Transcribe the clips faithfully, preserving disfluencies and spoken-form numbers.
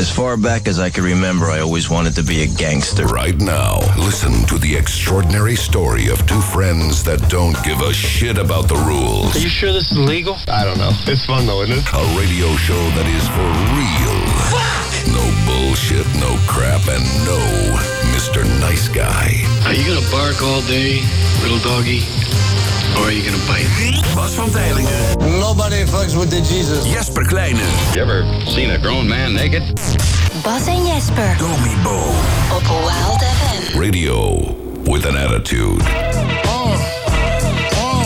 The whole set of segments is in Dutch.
As far back as I can remember, I always wanted to be a gangster. Right now, listen to the extraordinary story of two friends that don't give a shit about the rules. Are you sure this is legal? I don't know. It's fun though, isn't it? A radio show that is for real. No bullshit, no crap, and no Mister Nice Guy. Are you gonna bark all day, little doggy? Or are you gonna bite? Bas van Tijlingen. Nobody fucks with the Jesus. Jesper Kleine. You ever seen a grown man naked? Bas en Jesper. Domi Bo. Op Wild F M. Radio with an attitude. Uh, uh,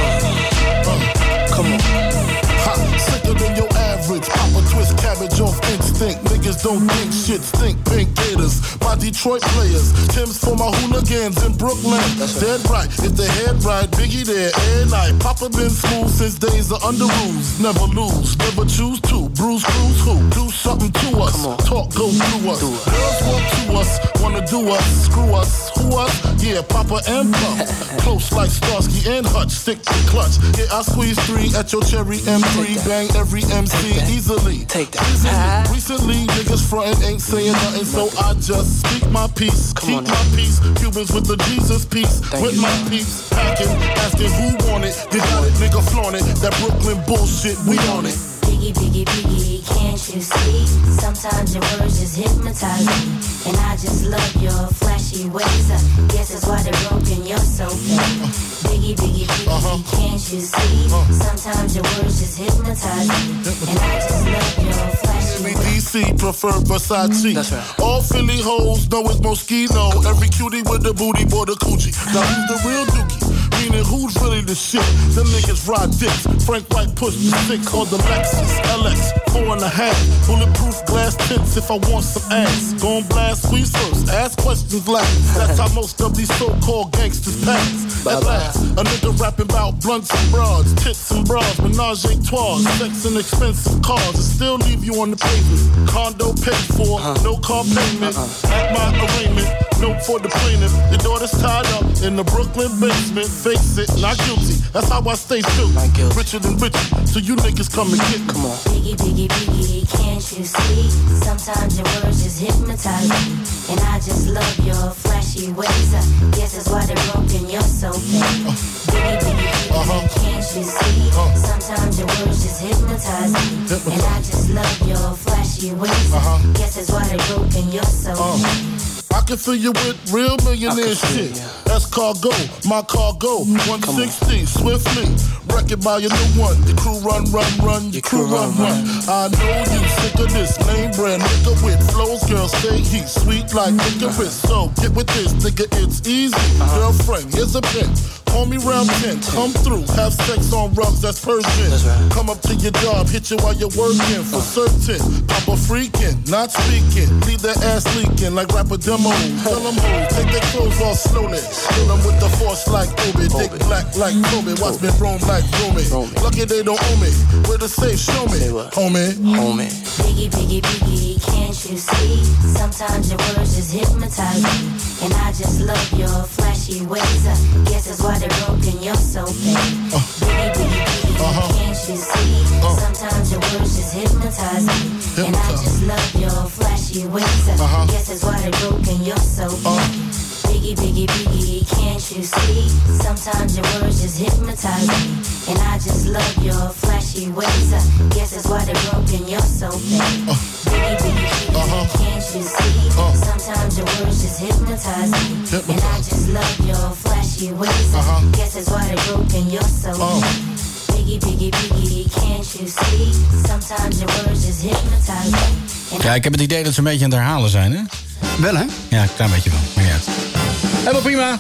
uh, come on. Ha, sicker than your average. Papa twist cabbage off instinct. Niggas don't think shit, stink pink gators. My Detroit players. Tim's for my hooligans in Brooklyn. That's dead right. If the head right, Biggie there every night. Papa been smooth since days of under rules. Never lose, never choose to. Bruce Cruz who? Do something to us. Talk go through us. Girls walk to us, wanna do us. Screw us. Who us? Yeah, Papa and Pump. Close like Starsky and Hutch. Stick to clutch. Yeah, I squeeze three at your cherry M three. Bang every M C easily. Take that. Easily. Recently, niggas frontin' ain't saying nothing, so I just speak my peace. Come Keep on my peace. Cubans with the Jesus peace. Thank with you. my peace. Packing, asking who want it. They got it, nigga flaunt it. That Brooklyn bullshit, we on it. Biggie, biggie, biggie, can't you see? Sometimes your words just hypnotize me. And I just love your flashy ways. I guess that's why they're broken, you're so fake. Biggie, biggie, biggie, Uh-huh. can't you see? Sometimes your words just hypnotize me. And I just love your flashy Philly, ways. D C prefer Versace. That's right. All Philly hoes know it's Moschino. Every cutie with the booty bought a coochie. Now who's the real dookie? Meaning who's really the shit? Them niggas ride dicks. Frank White pushed the six on the Lexus L X four and a half. Bulletproof glass tips if I want some ass. Gon' blast squeeze first, ask questions last. That's how most of these so-called gangsters pass. At last, a nigga rapping about blunts and broads, tits and bras, menage a trois, sex and expensive cars, and still leave you on the pavement. Condo paid for, no car payment. At my arraignment, note for the plaintiff. Your daughter's tied up in the Brooklyn basement. Face it, not guilty. That's how I stay true. Richer than richer, so you niggas come and get. Come on. Biggie, biggie, biggie, can't you see? Sometimes your words just hypnotize me. And I just love your flashy ways. I guess that's why they're broken, you're so fake. Biggie, biggie, biggie, Uh-huh. can't you see? Sometimes your words just hypnotize me. And I just love your flashy ways. Uh-huh. I guess that's why they're broken, you're so fake. I can fill you with real millionaire shit. That's cargo, my cargo. one sixty, swiftly. Wreck it by your new one. Your crew run, run, run. Your crew run, run. I know you sick of this name brand nigga with flows. Girl, stay heat, sweet like licorice. So get with this, nigga, it's easy. Girlfriend, here's a pin. Call me round ten, come through, have sex on rugs, that's Persian. Come up to your job, hit you while you're working, for certain. Papa freaking, not speaking, leave that ass leaking like rapper demo. Tell them who, take their clothes off slowly. Fill them with the force like Obi, dick black like Kobe. Watch me roam like Romy. Lucky they don't owe me, where the safe, show me. Homie, homie. Biggie, biggie, biggie, can't you see? Sometimes your words just hypnotize me. And I just love your flashy ways. I guess that's why they're broken, you're so fake. Biggie, biggie, biggie, can't you see? Sometimes your words just hypnotize me. And I just love your flashy ways. I guess that's why they're broken, you're so fake. Biggie, biggie, biggie, can't you see? Sometimes your words just hypnotize me. And I just love your flashy ways. I guess that's why they're broken, you're so fake. Biggie, biggie, biggie, can't you see? Sometimes your words just hypnotize me. And I just love your flashy ways. I guess that's why they're broken, you're so fake. Biggie, biggie, biggie, can't you see? Sometimes your words just hypnotize me. Ja, ik heb het idee dat ze een beetje aan het herhalen zijn, hè? Wel, hè? Ja, een klein beetje wel. Maar ja. Helemaal prima.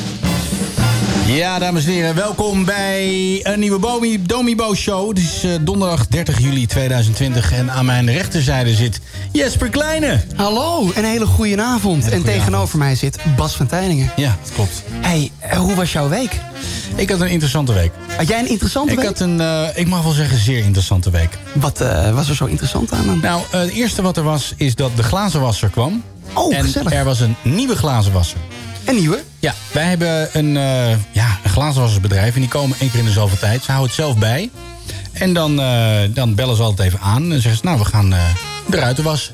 Ja, dames en heren, welkom bij een nieuwe Bomi, Domibo Show. Het is uh, donderdag dertig juli tweeduizend twintig en aan mijn rechterzijde zit Jesper Kleine. Hallo, een hele goeie avond. En tegenover mij zit Bas van Tijlingen. Ja, dat klopt. Hey, hoe was jouw week? Ik had een interessante week. Had jij een interessante ik week? Ik had een, uh, ik mag wel zeggen, zeer interessante week. Wat uh, was er zo interessant aan dan? Nou, uh, het eerste wat er was, is dat de glazenwasser kwam. Oh, en gezellig. Er was een nieuwe glazenwasser. Een nieuwe? Ja, wij hebben een, uh, ja, een glazenwassersbedrijf en die komen één keer in de zoveel tijd. Ze houden het zelf bij. En dan, uh, dan bellen ze altijd even aan en zeggen ze, nou, we gaan uh, de ruiten wassen.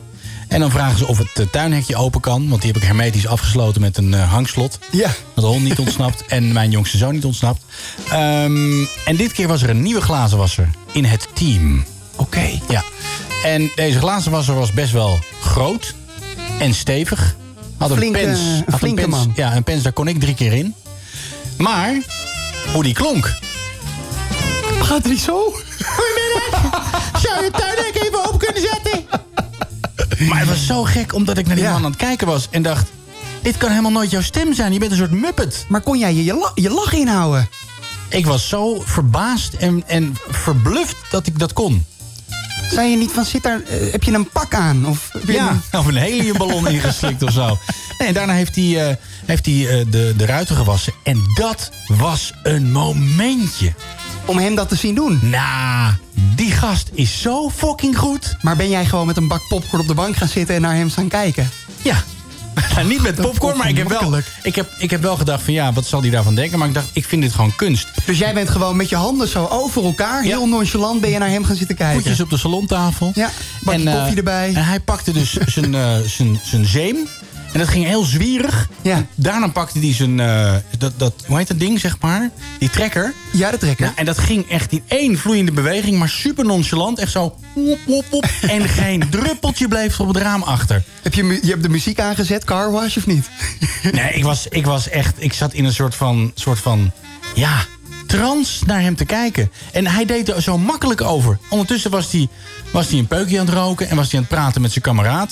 En dan vragen ze of het uh, tuinhekje open kan. Want die heb ik hermetisch afgesloten met een uh, hangslot. Ja. Dat de hond niet ontsnapt en mijn jongste zoon niet ontsnapt. Um, en dit keer was er een nieuwe glazenwasser in het team. Oké. Okay. Ja. En deze glazenwasser was best wel groot en stevig. Had een flinke, pens. Een had flinke een pens, man. Ja, een pens, daar kon ik drie keer in. Maar, hoe die klonk. Gaat het niet zo? Zou je tuinhek even open kunnen zetten? Maar het was zo gek, omdat ik naar die ja. man aan het kijken was. En dacht, dit kan helemaal nooit jouw stem zijn. Je bent een soort muppet. Maar kon jij je, je, la- je lach inhouden? Ik was zo verbaasd en, en verbluft dat ik dat kon. Zei je niet van, zit daar, uh, heb je een pak aan? Of, heb je ja, een... of een heliumballon ingeslikt of zo. Nee, en daarna heeft hij, uh, heeft hij uh, de, de ruiten gewassen. En dat was een momentje. Om hem dat te zien doen? Nou, die gast is zo fucking goed. Maar ben jij gewoon met een bak popcorn op de bank gaan zitten en naar hem staan kijken? Ja. Nou, niet met popcorn, maar ik heb, wel, ik, heb, ik heb wel gedacht van ja, wat zal hij daarvan denken? Maar ik dacht, ik vind dit gewoon kunst. Dus jij bent gewoon met je handen zo over elkaar, heel ja. nonchalant ben je naar hem gaan zitten kijken? Voetjes op de salontafel. Ja, bakje en, uh, koffie erbij. En hij pakte dus zijn, uh, zijn, zijn zeem. En dat ging heel zwierig. Ja. Daarna pakte hij zijn, uh, dat, dat, hoe heet dat ding, zeg maar? Die trekker. Ja, de trekker. Nou, en dat ging echt in één vloeiende beweging, maar super nonchalant. Echt zo, wop, wop, wop. En geen druppeltje bleef er op het raam achter. Heb je, mu- je hebt de muziek aangezet, Car Wash, of niet? Nee, ik was, ik was echt, ik zat in een soort van, soort van, ja, trance naar hem te kijken. En hij deed er zo makkelijk over. Ondertussen was hij, was hij een peukje aan het roken en was hij aan het praten met zijn kameraad.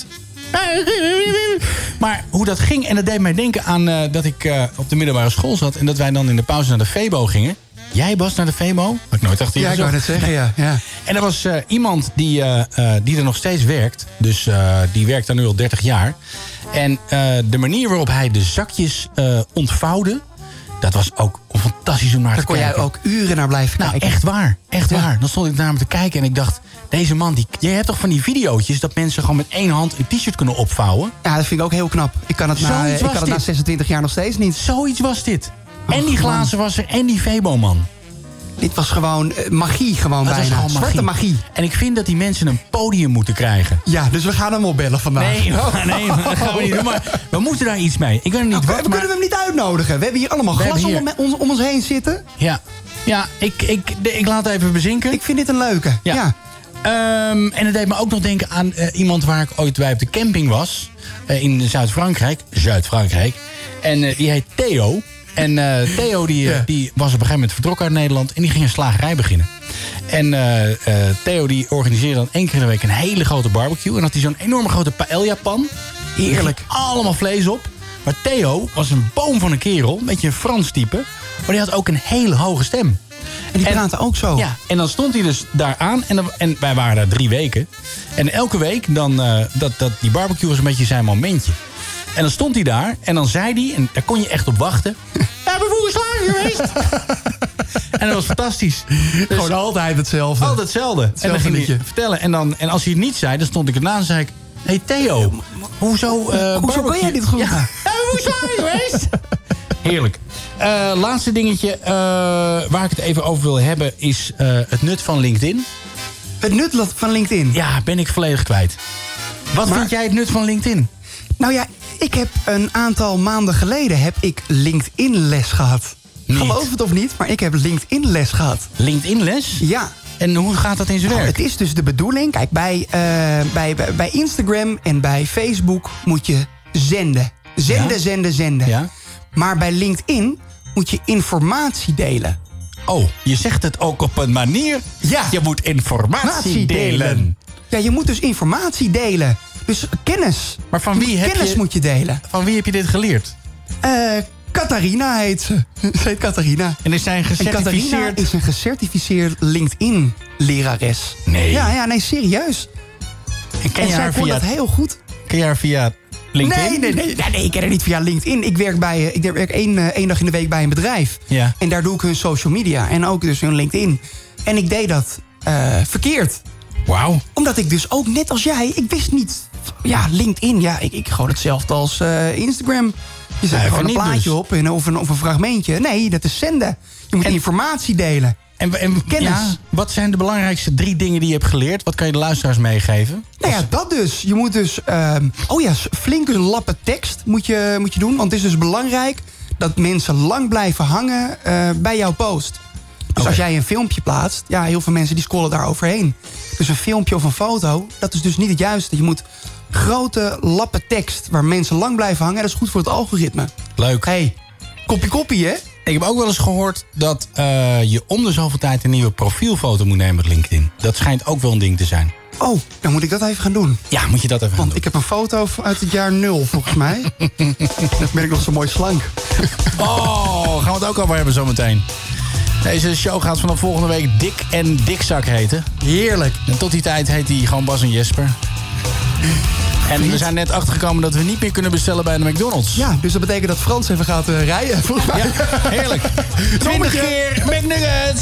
Maar hoe dat ging, en dat deed mij denken aan uh, dat ik uh, op de middelbare school zat en dat wij dan in de pauze naar de Febo gingen. Jij, Bas, naar de Febo? Had ik nooit achter je Ja, ik wou net zeggen, ja. ja. En er was uh, iemand die, uh, uh, die er nog steeds werkt. Dus uh, die werkt daar nu al dertig jaar. En uh, de manier waarop hij de zakjes uh, ontvouwde, dat was ook fantastisch om naar Daar te kijken. Daar kon jij ook uren naar blijven nou, kijken. Echt waar, echt ja. waar. Dan stond ik naar hem te kijken en ik dacht, deze man, die, jij hebt toch van die videootjes dat mensen gewoon met één hand een t-shirt kunnen opvouwen? Ja, dat vind ik ook heel knap. Ik kan het, na, ik kan het na zesentwintig jaar nog steeds niet. Zoiets was dit. Oh, en die glazen was er en die Febo-man. Dit was gewoon uh, magie, gewoon dat bijna. Gewoon Zwarte magie. magie. En ik vind dat die mensen een podium moeten krijgen. Ja, dus we gaan hem opbellen vandaag. Nee, nee, dat gaan we niet doen. Maar we moeten daar iets mee. Ik weet niet nou, wat, we maar... kunnen we hem niet uitnodigen. We hebben hier allemaal glas hier... om, om, om ons heen zitten. Ja, ja ik, ik, ik laat het even bezinken. Ik vind dit een leuke. Ja. ja. Um, en het deed me ook nog denken aan uh, iemand waar ik ooit bij op de camping was. Uh, in Zuid-Frankrijk. Zuid-Frankrijk. En uh, die heet Theo. En uh, Theo die, yeah. die was op een gegeven moment vertrokken uit Nederland. En die ging een slagerij beginnen. En uh, uh, Theo die organiseerde dan één keer in de week een hele grote barbecue. En had hij zo'n enorme grote paella-pan. Heerlijk. Allemaal vlees op. Maar Theo was een boom van een kerel. Een beetje een Frans type. Maar die had ook een hele hoge stem. En die praatte ook zo. Ja, en dan stond hij dus daar aan. En, dan, en wij waren daar drie weken. En elke week, dan, uh, dat, dat, die barbecue was een beetje zijn momentje. En dan stond hij daar en dan zei hij, en daar kon je echt op wachten. Ja, ik ben vroeger slager geweest. En dat was fantastisch. Dus gewoon altijd hetzelfde. Altijd hetzelfde. hetzelfde. En dan ging hij vertellen. En, dan, en als hij het niet zei, dan stond ik ernaast en zei ik... Hé hey Theo, hoezo uh, Hoezo kan jij dit goed? Ja, ja hoe slager geweest? Heerlijk. Uh, laatste dingetje uh, waar ik het even over wil hebben is uh, het nut van LinkedIn. Het nut van LinkedIn? Ja, ben ik volledig kwijt. Wat maar, vind jij het nut van LinkedIn? Nou ja, ik heb een aantal maanden geleden heb ik LinkedIn-les gehad. Niet. Geloof het of niet, maar ik heb LinkedIn-les gehad. LinkedIn-les? Ja. En hoe gaat dat in zijn nou, werk? Het is dus de bedoeling, kijk, bij, uh, bij, bij, bij Instagram en bij Facebook moet je zenden. Zenden, ja? zenden, zenden. Ja? Maar bij LinkedIn moet je informatie delen. Oh, je zegt het ook op een manier. Ja. Je moet informatie delen. delen. Ja, je moet dus informatie delen. Dus kennis. Maar van wie heb kennis je, moet je delen. Van wie heb je dit geleerd? Eh, uh, Catharina heet ze. Ze heet Catharina. En is zij een gecertificeerd... En Catharina is een gecertificeerd LinkedIn-lerares. Nee. Ja, ja, nee, serieus. En ken en je zij haar kon via... dat heel goed. Ken je haar via LinkedIn? Nee, nee, nee, nee, nee, ik ken haar niet via LinkedIn. Ik werk, bij, ik werk één, één dag in de week bij een bedrijf. Ja. En daar doe ik hun social media. En ook dus hun LinkedIn. En ik deed dat uh, verkeerd. Wauw. Omdat ik dus ook, net als jij, ik wist niet... Ja, LinkedIn, ja, ik, ik gewoon hetzelfde als uh, Instagram. Je zet ja, gewoon een plaatje dus. op en, of, een, of een fragmentje. Nee, dat is zenden. Je moet en, informatie delen. En, en kennis. Ja, wat zijn de belangrijkste drie dingen die je hebt geleerd? Wat kan je de luisteraars meegeven? Nou ja, dat dus. Je moet dus... Uh, oh ja, flinke lappen tekst moet je, moet je doen. Want het is dus belangrijk dat mensen lang blijven hangen uh, bij jouw post. Dus okay. als jij een filmpje plaatst... Ja, heel veel mensen die scrollen daar overheen. Dus een filmpje of een foto, dat is dus niet het juiste. Je moet grote lappen tekst waar mensen lang blijven hangen. Dat is goed voor het algoritme. Leuk. Hey, kopie kopie, hè? Ik heb ook wel eens gehoord dat uh, je om de zoveel tijd een nieuwe profielfoto moet nemen met LinkedIn. Dat schijnt ook wel een ding te zijn. Oh, dan moet ik dat even gaan doen. Ja, moet je dat even gaan Want doen. ik heb een foto uit het jaar nul, volgens mij. Dan ben ik nog zo mooi slank. Oh, gaan we het ook over hebben zometeen. Deze show gaat vanaf volgende week Dik en Dikzak heten. Heerlijk. En tot die tijd heet hij gewoon Bas en Jesper. En we zijn net achtergekomen dat we niet meer kunnen bestellen bij de McDonald's. Ja, dus dat betekent dat Frans even gaat uh, rijden, volgens mij. Ja, heerlijk. twintig keer McNuggets.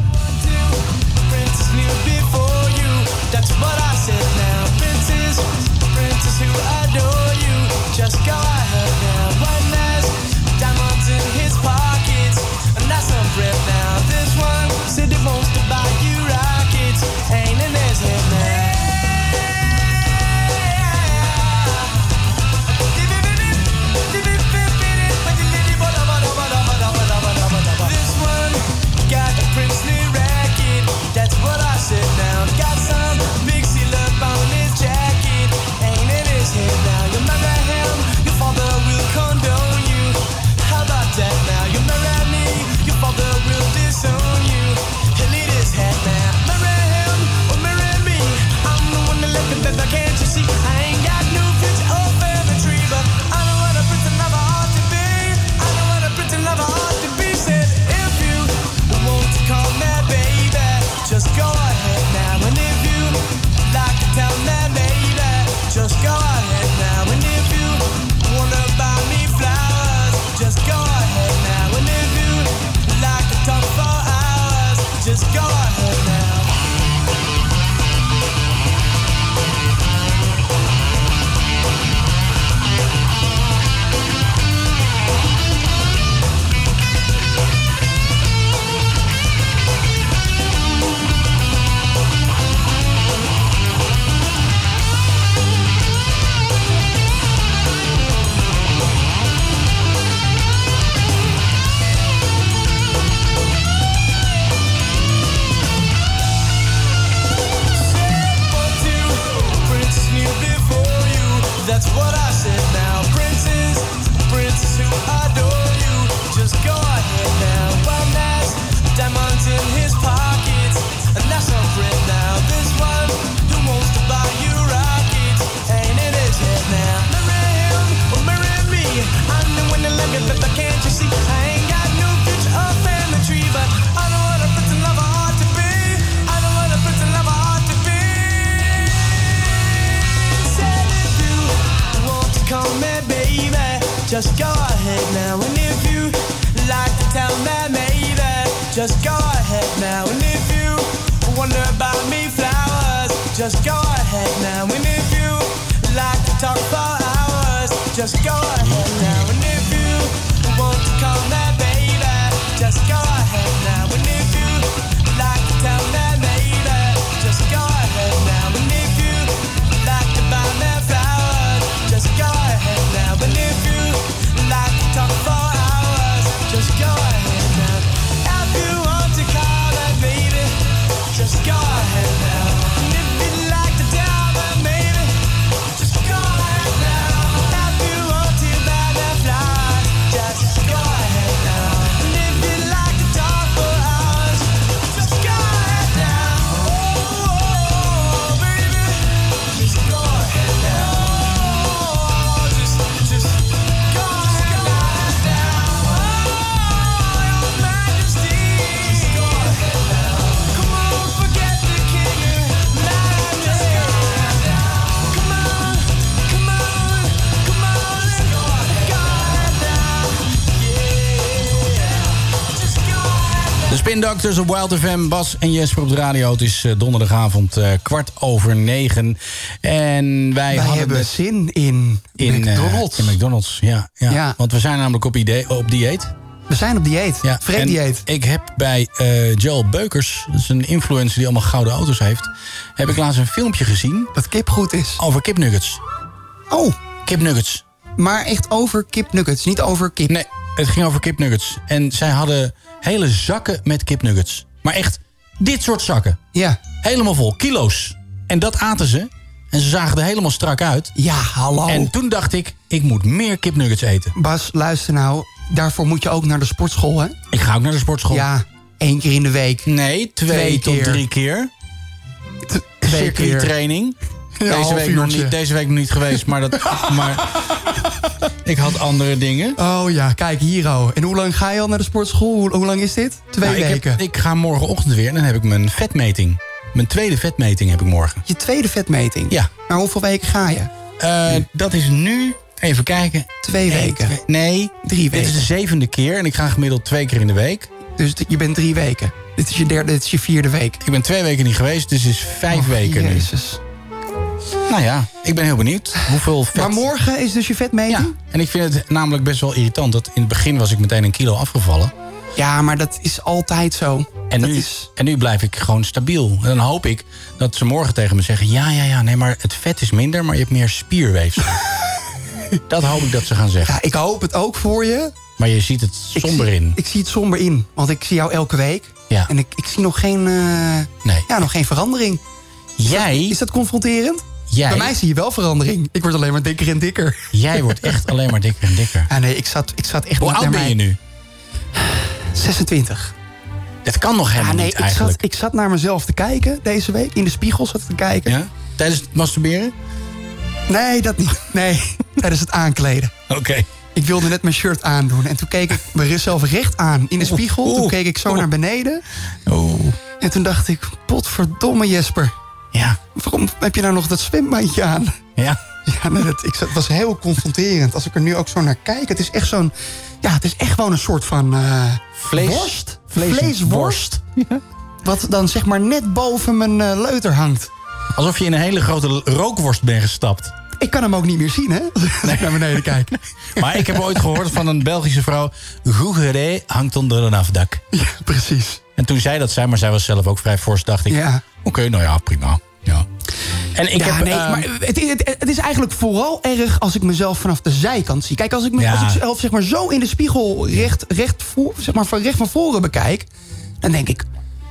That's what I said now. Princess, princess who adore you. Just go ahead now. One has diamonds in his pockets. And that's some bread now. This one said he wants to buy you rockets. Ain't in his head now. This one got a princely racket. That's what I said now. Got some big seal up on his jacket. Ain't in his head now. You marry him, your father will condone you. How about that now? You marry me, your father will disown you. He'll eat his head now. Marry him or marry me. I'm the one that left it better, can't you see? I ain't got no future or family tree, but I know what a prince and lover ought to be. I know what a prince and lover ought to be. Said if you want to call me baby, just go ahead now. And if you like to tell me maybe, just go ahead now. And if you wanna buy me flowers, just go ahead now. And if you like to talk for hours, just go ahead now. That's what I said now. Princess, princess who adore you. Just go ahead now. One has diamonds in his pockets. And that's some bread now. This one who wants to buy you rockets. Ain't in his head now. Marry him or marry me. I'm the one that like it, but can't you see? I ain't got no future or family tree, but I know what a prince and lover ought to be. I know what a prince and lover ought to be. Said if you want to call me baby, just go ahead now. And if you like to tell me maybe, just go ahead now. And if you wonder about me flowers, just go ahead now. And if you like to talk for hours, just go ahead now. And if you want to call me baby, just go ahead now. And if you like to tell me maybe, just go ahead now. And if you like to buy me flowers, just go ahead now. And if you like to talk for hours, just go ahead now. If you want to call me baby, just go ahead now. And if you like to tell me maybe, just go ahead now. If you want to buy me flowers, just go ahead now. And if you like to talk for hours, just go ahead now. Oh, baby, just go ahead now. Just, just go ahead now. Oh, your majesty, just go ahead now. Come on, forget the king and majesty. Come on, come on, come on, let's go ahead now. Yeah, just go ahead now. De Spin Doctors op Wild F M, Bas en Jesper op de radio. Het is uh, donderdagavond uh, kwart over negen. En wij, Wij hadden hebben het zin in, in McDonald's. Uh, in McDonald's, ja, ja. Ja. Want we zijn namelijk op, idee, op dieet. We zijn op dieet. Ja, Vreemddieet. Ik heb bij uh, Joel Beukers, dat is een influencer die allemaal gouden auto's heeft, heb ik laatst een filmpje gezien. Dat kip goed is. Over kipnuggets. Oh. Kipnuggets. Maar echt over kipnuggets, niet over kip. Nee, het ging over kipnuggets. En zij hadden hele zakken met kipnuggets. Maar echt dit soort zakken. Ja. Helemaal vol, kilo's. En dat aten ze. En ze zagen er helemaal strak uit. Ja, hallo. En toen dacht ik, ik moet meer kipnuggets eten. Bas, luister nou. Daarvoor moet je ook naar de sportschool, hè? Ik ga ook naar de sportschool. Ja, één keer in de week. Nee, twee, twee tot keer. drie keer. T- twee Circuittraining. Ja, deze, week nog niet, deze week nog niet geweest, maar, dat, maar ik had andere dingen. Oh ja, kijk hier oh. En hoe lang ga je al naar de sportschool? Hoe, hoe lang is dit? Twee nou, weken. Ik, heb, ik ga morgenochtend weer en dan heb ik mijn vetmeting. Mijn tweede vetmeting heb ik morgen. Je tweede vetmeting? Ja. Maar hoeveel weken ga je? Uh, dat is nu, even kijken. Twee nee, weken? Twee, nee, drie weken. Dit is de zevende keer en ik ga gemiddeld twee keer in de week. Dus je bent drie weken? Dit is je derde, dit is je vierde week? Ik ben twee weken niet geweest, dus het is vijf oh, weken Jezus. nu. Nou ja, ik ben heel benieuwd hoeveel vet... Maar morgen is dus je vetmeting? Ja, en ik vind het namelijk best wel irritant. Dat in het begin was ik meteen een kilo afgevallen. Ja, maar dat is altijd zo. En nu, is... en nu blijf ik gewoon stabiel. En dan hoop ik dat ze morgen tegen me zeggen... ja, ja, ja, nee, maar het vet is minder, maar je hebt meer spierweefsel. Dat hoop ik dat ze gaan zeggen. Ja, ik hoop het ook voor je. Maar je ziet het somber ik zie, in. Ik zie het somber in, want ik zie jou elke week. Ja. En ik, ik zie nog geen, uh, nee. ja, nog geen verandering. Jij... Is dat, is dat confronterend? Jij... Bij mij zie je wel verandering. Ik word alleen maar dikker en dikker. Jij wordt echt alleen maar dikker en dikker. Ja, nee, ik zat, ik zat echt... Hoe oud ben mij... je nu? zesentwintig. Dat kan nog helemaal ja, nee, niet eigenlijk. Ik zat, ik zat naar mezelf te kijken deze week. In de spiegel zat ik te kijken. Ja? Tijdens het masturberen? Nee, dat niet. Nee, tijdens het aankleden. Oké. Okay. Ik wilde net mijn shirt aandoen. En toen keek ik mezelf recht aan in de spiegel. Oeh, toen keek ik zo oeh. naar beneden. Oeh. En toen dacht ik, potverdomme Jesper. Ja. Waarom heb je nou nog dat zwembandje aan? Ja. Ja, nee, dat, ik, het was heel confronterend. Als ik er nu ook zo naar kijk. Het is echt zo'n... Ja, het is echt gewoon een soort van... Uh, Vlees, worst. Vlees, Vleesworst. Ja. Wat dan zeg maar net boven mijn uh, leuter hangt. Alsof je in een hele grote rookworst bent gestapt. Ik kan hem ook niet meer zien, hè? Als nee. ik naar beneden kijk. Maar ik heb ooit gehoord van een Belgische vrouw... Goegeré hangt onder een afdak. Ja, precies. En toen zij dat zei, maar zij was zelf ook vrij fors... dacht ik, ja. oké, okay, nou ja, prima. Ja. En ik ja, heb, nee, uh, maar het, het, het is eigenlijk vooral erg als ik mezelf vanaf de zijkant zie. Kijk, als ik, me, ja. als ik mezelf zeg maar, zo in de spiegel recht, recht, voor, zeg maar, van recht van voren bekijk... dan denk ik,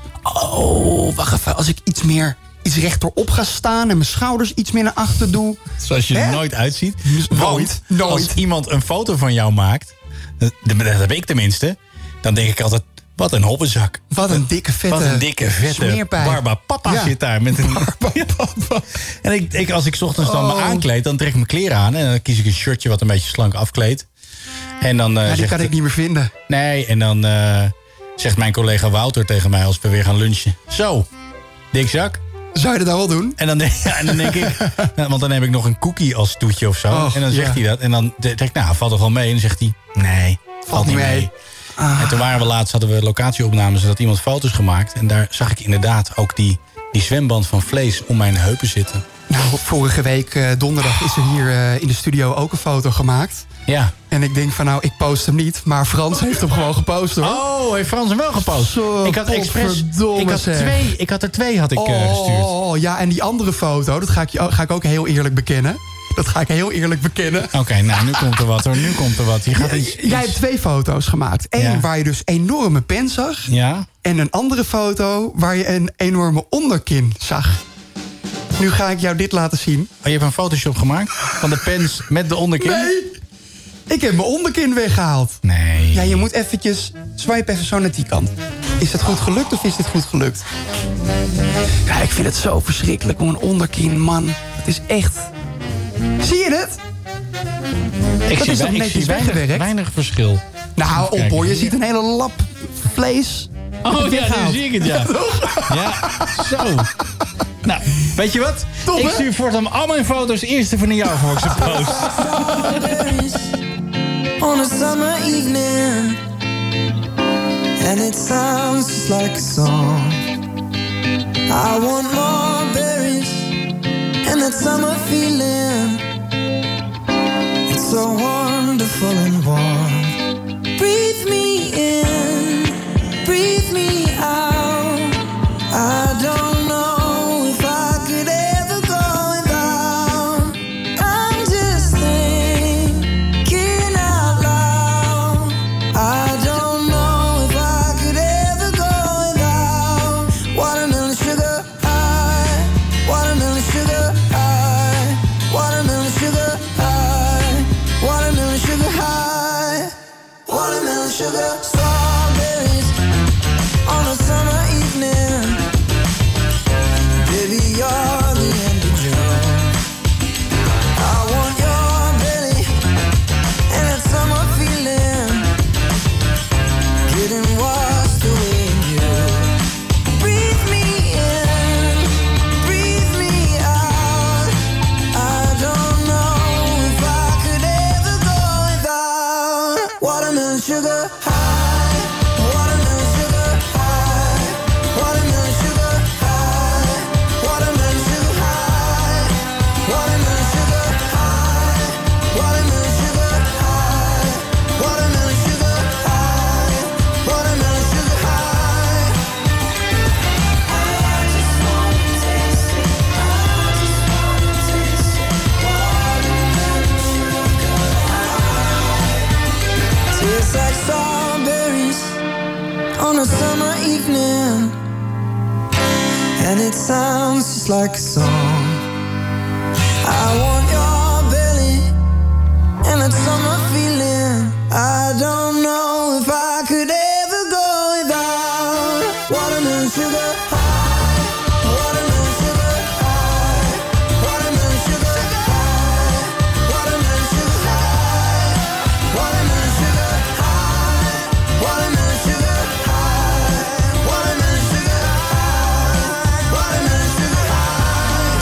oh, wacht even, als ik iets meer... iets rechterop ga staan en mijn schouders iets meer naar achter doe. Zoals je er nooit uitziet. Nooit, Want nooit. Als iemand een foto van jou maakt, dat, dat heb ik tenminste... dan denk ik altijd, wat een hoppenzak. Wat een dikke vette Wat een dikke vette smeerpijp. Barba Papa ja. zit daar. Met een Papa. En ik, ik, als ik 's ochtends dan oh. me aankleed, dan trek ik mijn kleren aan... en dan kies ik een shirtje wat een beetje slank afkleedt. En dan, uh, ja, die kan ik niet meer vinden. Nee, en dan uh, zegt mijn collega Wouter tegen mij als we weer gaan lunchen... Zo, dik zak. Zou je dat nou wel doen? En dan, ja, en dan denk ik... want dan heb ik nog een cookie als toetje of zo. Oh, en dan zegt ja. hij dat. En dan denk ik, nou, valt toch wel mee? En dan zegt hij, nee, valt, valt niet mee. mee. Ah. En toen waren we laatst, hadden we locatieopnames... en had iemand foto's gemaakt. En daar zag ik inderdaad ook die, die zwemband van vlees om mijn heupen zitten. Nou, vorige week uh, donderdag is er hier uh, in de studio ook een foto gemaakt. Ja. En ik denk van nou, ik post hem niet. Maar Frans heeft hem gewoon gepost hoor. Oh, heeft Frans hem wel gepost? Zo, ik had expres, ik had twee, ik had er twee had ik oh, uh, gestuurd. Oh, ja, en die andere foto, dat ga ik, ga ik ook heel eerlijk bekennen. Dat ga ik heel eerlijk bekennen. Oké, okay, nou, nu komt er wat hoor. Nu komt er wat. Je gaat iets, iets... Jij hebt twee foto's gemaakt. Eén ja. waar je dus enorme pen zag. Ja. En een andere foto waar je een enorme onderkin zag. Nu ga ik jou dit laten zien. Oh, je hebt een Photoshop gemaakt van de pens met de onderkin? Nee, ik heb mijn onderkin weggehaald. Nee. Ja, je moet eventjes, swipe even zo naar die kant. Is het goed gelukt of is dit goed gelukt? Ja, ik vind het zo verschrikkelijk om een onderkin, man. Het is echt... Zie je het? Ik dat zie, is toch ik netjes zie weinig, weggewerkt? weinig verschil. Nou, op hoor, je ziet een hele lap vlees. Oh ja, nu zie ik het, ja. Ja, zo. Nou, weet je wat? Top, ik stuur voortaan al mijn foto's eerst even naar jou voor ik ze post. On a summer evening and it sounds just like a song. I want more berries and that summer feeling. It's so wonderful and warm. Breathe me sugar, strawberries on a summer evening. Baby, you're the end of June. I want your belly and that summer feeling, getting washed away in you. Breathe me in, breathe me out. I don't know if I could ever go without watermelon sugar high, watermelon sugar high, watermelon sugar high, watermelon sugar high, watermelon sugar high, watermelon sugar high, watermelon sugar high, watermelon sugar high. I just wanna taste it, I just wanna taste it, watermelon sugar high. Tastes like strawberries on a summer evening, and it sounds just like a song. I want your belly and that summer feeling. I don't know if I could ever go without watermelon sugar high, watermelon sugar high, watermelon sugar high, watermelon sugar high, watermelon sugar high, watermelon sugar high, watermelon sugar high, watermelon sugar high.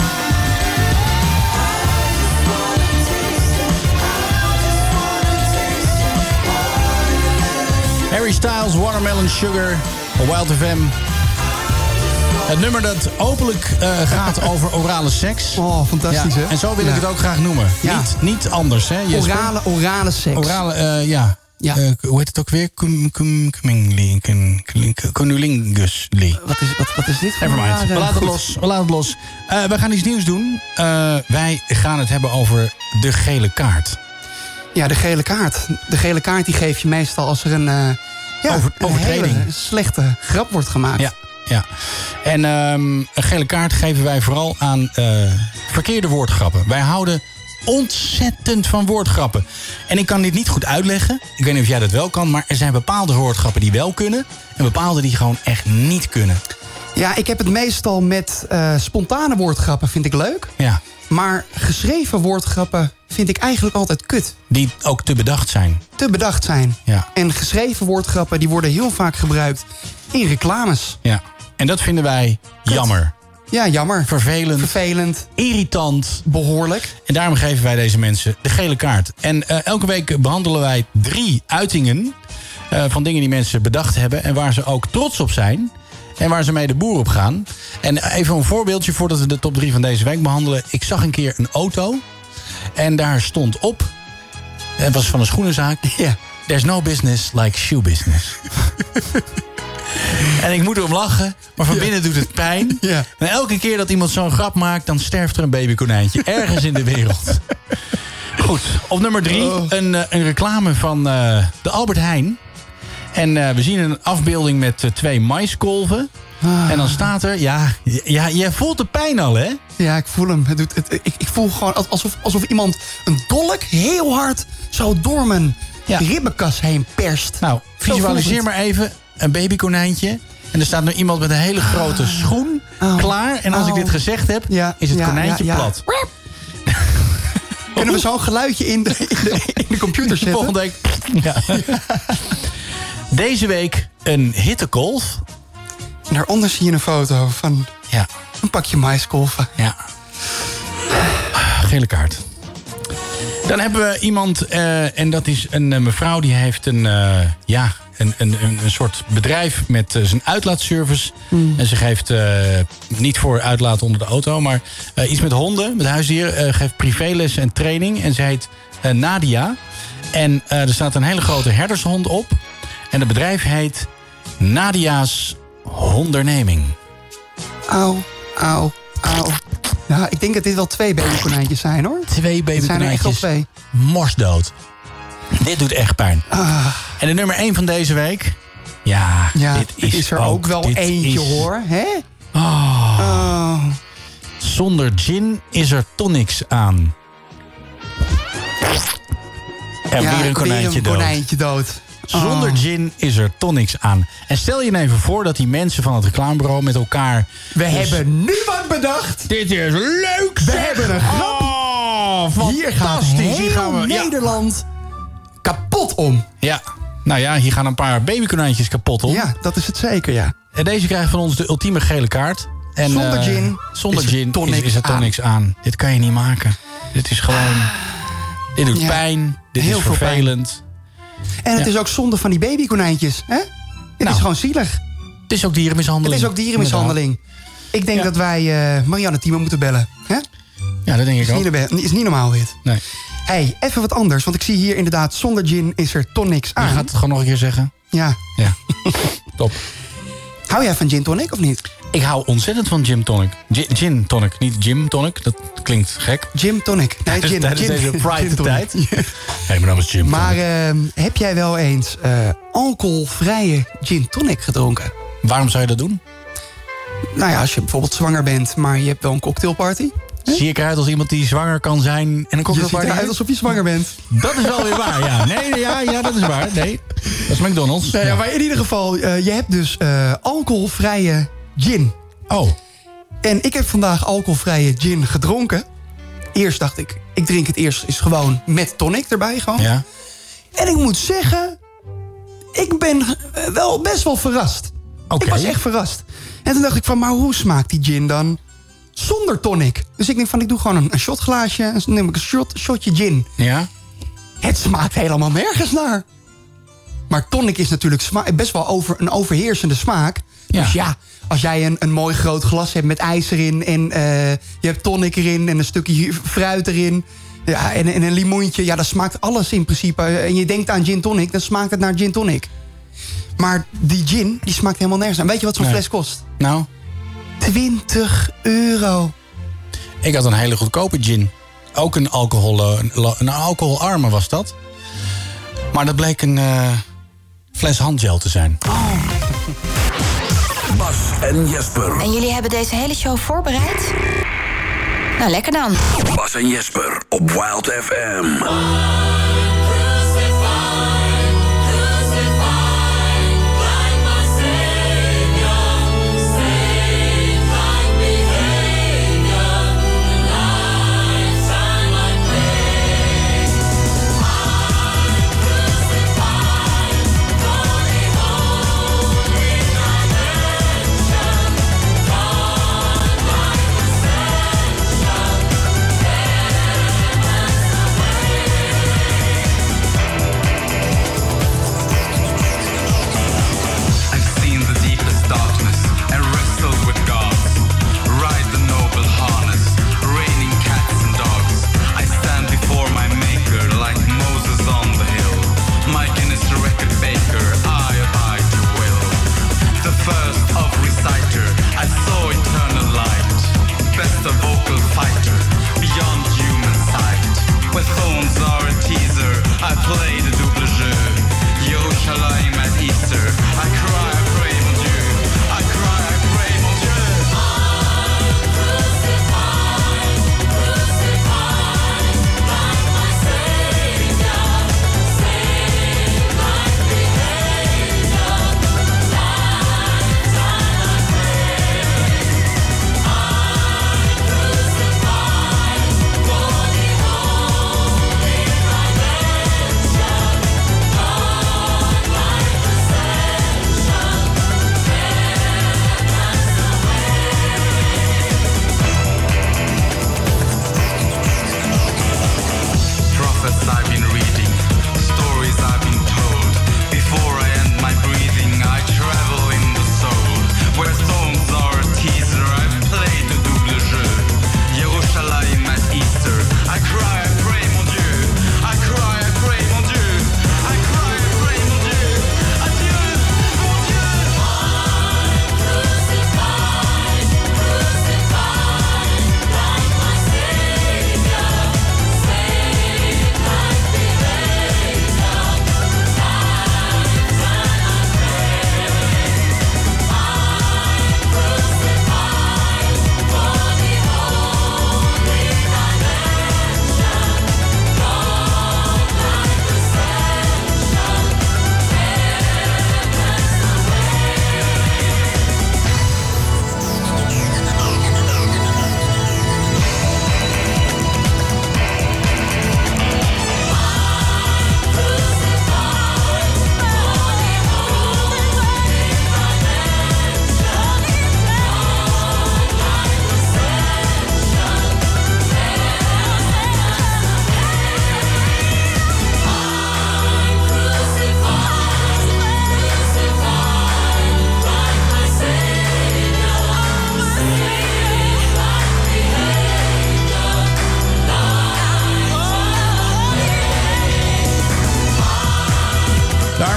I just wanna taste it, I just wanna taste it, watermelon. Harry Styles, Watermelon Sugar, op Wild F M. Het nummer dat openlijk uh, gaat over orale seks. Oh, fantastisch, Ja, hè? en zo wil ik Ja. het ook graag noemen. Ja. Niet, niet anders, hè? Jesper? Orale, orale seks. Orale, eh, ja. Ja. Eh, hoe heet het ook weer? Cum- cum- Cummingly, cum- cum- Cunnilingus-ly. Wat is, wat, wat is dit voor Nevermind. rare- We laten het Goed. los. We laten het los. Uh, we gaan iets nieuws doen. Uh, wij gaan het hebben over de gele kaart. Ja, de gele kaart. De gele kaart die geef je meestal als er een, uh, ja, Over- een overtreding. hele slechte grap wordt gemaakt. Ja, ja. En um, een gele kaart geven wij vooral aan uh, verkeerde woordgrappen. Wij houden ontzettend van woordgrappen. En ik kan dit niet goed uitleggen. Ik weet niet of jij dat wel kan. Maar er zijn bepaalde woordgrappen die wel kunnen. En bepaalde die gewoon echt niet kunnen. Ja, ik heb het meestal met uh, spontane woordgrappen, vind ik leuk. Ja. Maar geschreven woordgrappen vind ik eigenlijk altijd kut. Die ook te bedacht zijn. Te bedacht zijn. Ja. En geschreven woordgrappen die worden heel vaak gebruikt in reclames. Ja. En dat vinden wij Kut. jammer. Ja, jammer. Vervelend. Vervelend. Irritant. Behoorlijk. En daarom geven wij deze mensen de gele kaart. En uh, elke week behandelen wij drie uitingen uh, van dingen die mensen bedacht hebben. En waar ze ook trots op zijn. En waar ze mee de boer op gaan. En even een voorbeeldje voordat we de top drie van deze week behandelen. Ik zag een keer een auto. En daar stond op. Het was van een schoenenzaak. Ja. There's no business like shoe business. En ik moet erom lachen, maar van binnen doet het pijn. Ja. En elke keer dat iemand zo'n grap maakt, dan sterft er een babykonijntje. Ergens in de wereld. Goed, op nummer drie. Oh. Een, uh, een reclame van uh, de Albert Heijn. En uh, we zien een afbeelding met uh, twee maiskolven. Ah. En dan staat er, ja, ja, jij voelt de pijn al, hè? Ja, ik voel hem. Het doet, het, ik, ik voel gewoon alsof, alsof iemand een dolk heel hard zo door mijn Ja. ribbenkas heen perst. Nou, Zo voelt visualiseer het. maar even een babykonijntje. En er staat nu iemand met een hele grote schoen Oh. klaar. En als ik Oh. dit gezegd heb, Ja, is het ja, konijntje ja, ja. plat. Kunnen we zo'n geluidje in de, in de, in de computer zetten? Volgende week. Ja. Deze week een hittegolf. En daaronder zie je een foto van Ja, een pakje maiskolven. ja. Gele kaart. Dan hebben we iemand, uh, en dat is een uh, mevrouw die heeft een, uh, ja, een, een, een, een soort bedrijf met uh, zijn uitlaatservice. Mm. En ze geeft uh, niet voor uitlaat onder de auto, maar uh, iets met honden, met huisdier. Uh, geeft privéles en training. En ze heet uh, Nadia. En uh, er staat een hele grote herdershond op. En het bedrijf heet Nadia's Honderneming. Auw, auw, auw. Ja, ik denk dat dit wel twee babykonijntjes zijn, hoor. Twee Het zijn er echt wel babykonijntjes. twee. Morsdood. Dit doet echt pijn. Ah, En de nummer één van deze week. Ja, ja, dit is, is er ook, wel dit eentje, is- hoor. Hè? Oh, Oh. zonder gin is er tonics aan. En Ja, weer een konijntje weer een dood. konijntje dood. Zonder Oh. gin is er tonics aan. En stel je even voor dat die mensen van het reclamebureau met elkaar... We dus- hebben nu wat bedacht. Dit is leuk, We zeg. hebben een grap. Oh, Hier gaat fantastisch. heel Hier gaan we, ja. Nederland kapot om. Ja, nou ja, hier gaan een paar babykonijntjes kapot om. Ja, dat is het zeker, ja. En deze krijgt van ons de ultieme gele kaart. En, Zonder eh, gin Zonder is er gin tonic is, is er tonics aan. Dit kan je niet maken. Dit is gewoon... Dit doet Ja. pijn. Dit Heel is veel vervelend. En het Ja. is ook zonde van die babykonijntjes, hè? Het Nou. is gewoon zielig. Het is ook dierenmishandeling. Het is ook dierenmishandeling. Ik denk Ja. dat wij uh, Marianne Thieme moeten bellen. Hè? Ja, dat denk ik Is ook. niet, normaal- is niet normaal dit. Nee. Hey, even wat anders. Want ik zie hier inderdaad, zonder gin is er tonics Je aan. gaat het gewoon nog een keer zeggen. Ja. Ja. Top. Hou jij van gin tonic of niet? Ik hou ontzettend van gin tonic. Gin, gin tonic, niet gym tonic. Dat klinkt gek. Gin tonic. Nee, gin. Tijdens gin, deze gin Pride tonic. tijd. Hé, hey, mijn naam is Jim. Maar tonic. uh, heb jij wel eens uh, alcoholvrije gin tonic gedronken? Waarom zou je dat doen? Nou ja, als je bijvoorbeeld zwanger bent, maar je hebt wel een cocktailparty. Zie ik eruit als iemand die zwanger kan zijn en een Je ziet cocktailparty eruit heeft? alsof je zwanger bent. Dat is wel weer waar, ja. Nee, ja, ja, dat is waar. Nee, dat is McDonald's. Nou ja, maar in ieder geval, uh, je hebt dus uh, alcoholvrije gin. Oh. En ik heb vandaag alcoholvrije gin gedronken. Eerst dacht ik, ik drink het eerst is gewoon met tonic erbij gewoon. Ja. En ik moet zeggen, ik ben uh, wel best wel verrast. Oké. Ik was echt verrast. En toen dacht ik van, maar hoe smaakt die gin dan zonder tonic? Dus ik denk van, ik doe gewoon een, een shotglaasje en dan neem ik een shot, shotje gin. Ja. Het smaakt helemaal nergens naar. Maar tonic is natuurlijk sma- best wel over, een overheersende smaak. Ja. Dus ja, als jij een, een mooi groot glas hebt met ijs erin en uh, je hebt tonic erin en een stukje fruit erin. Ja, en, en een limoentje, ja, dat smaakt alles in principe. En je denkt aan gin tonic, dan smaakt het naar gin tonic. Maar die gin, die smaakt helemaal nergens aan. Weet je wat zo'n Nee. fles kost? Nou, twintig euro. ik had een hele goedkope gin. Ook een, alcohol, een, een alcoholarme was dat. Maar dat bleek een uh, fles handgel te zijn. Bas en Jesper. En jullie hebben deze hele show voorbereid? Nou, lekker dan. Bas en Jesper op Wild F M.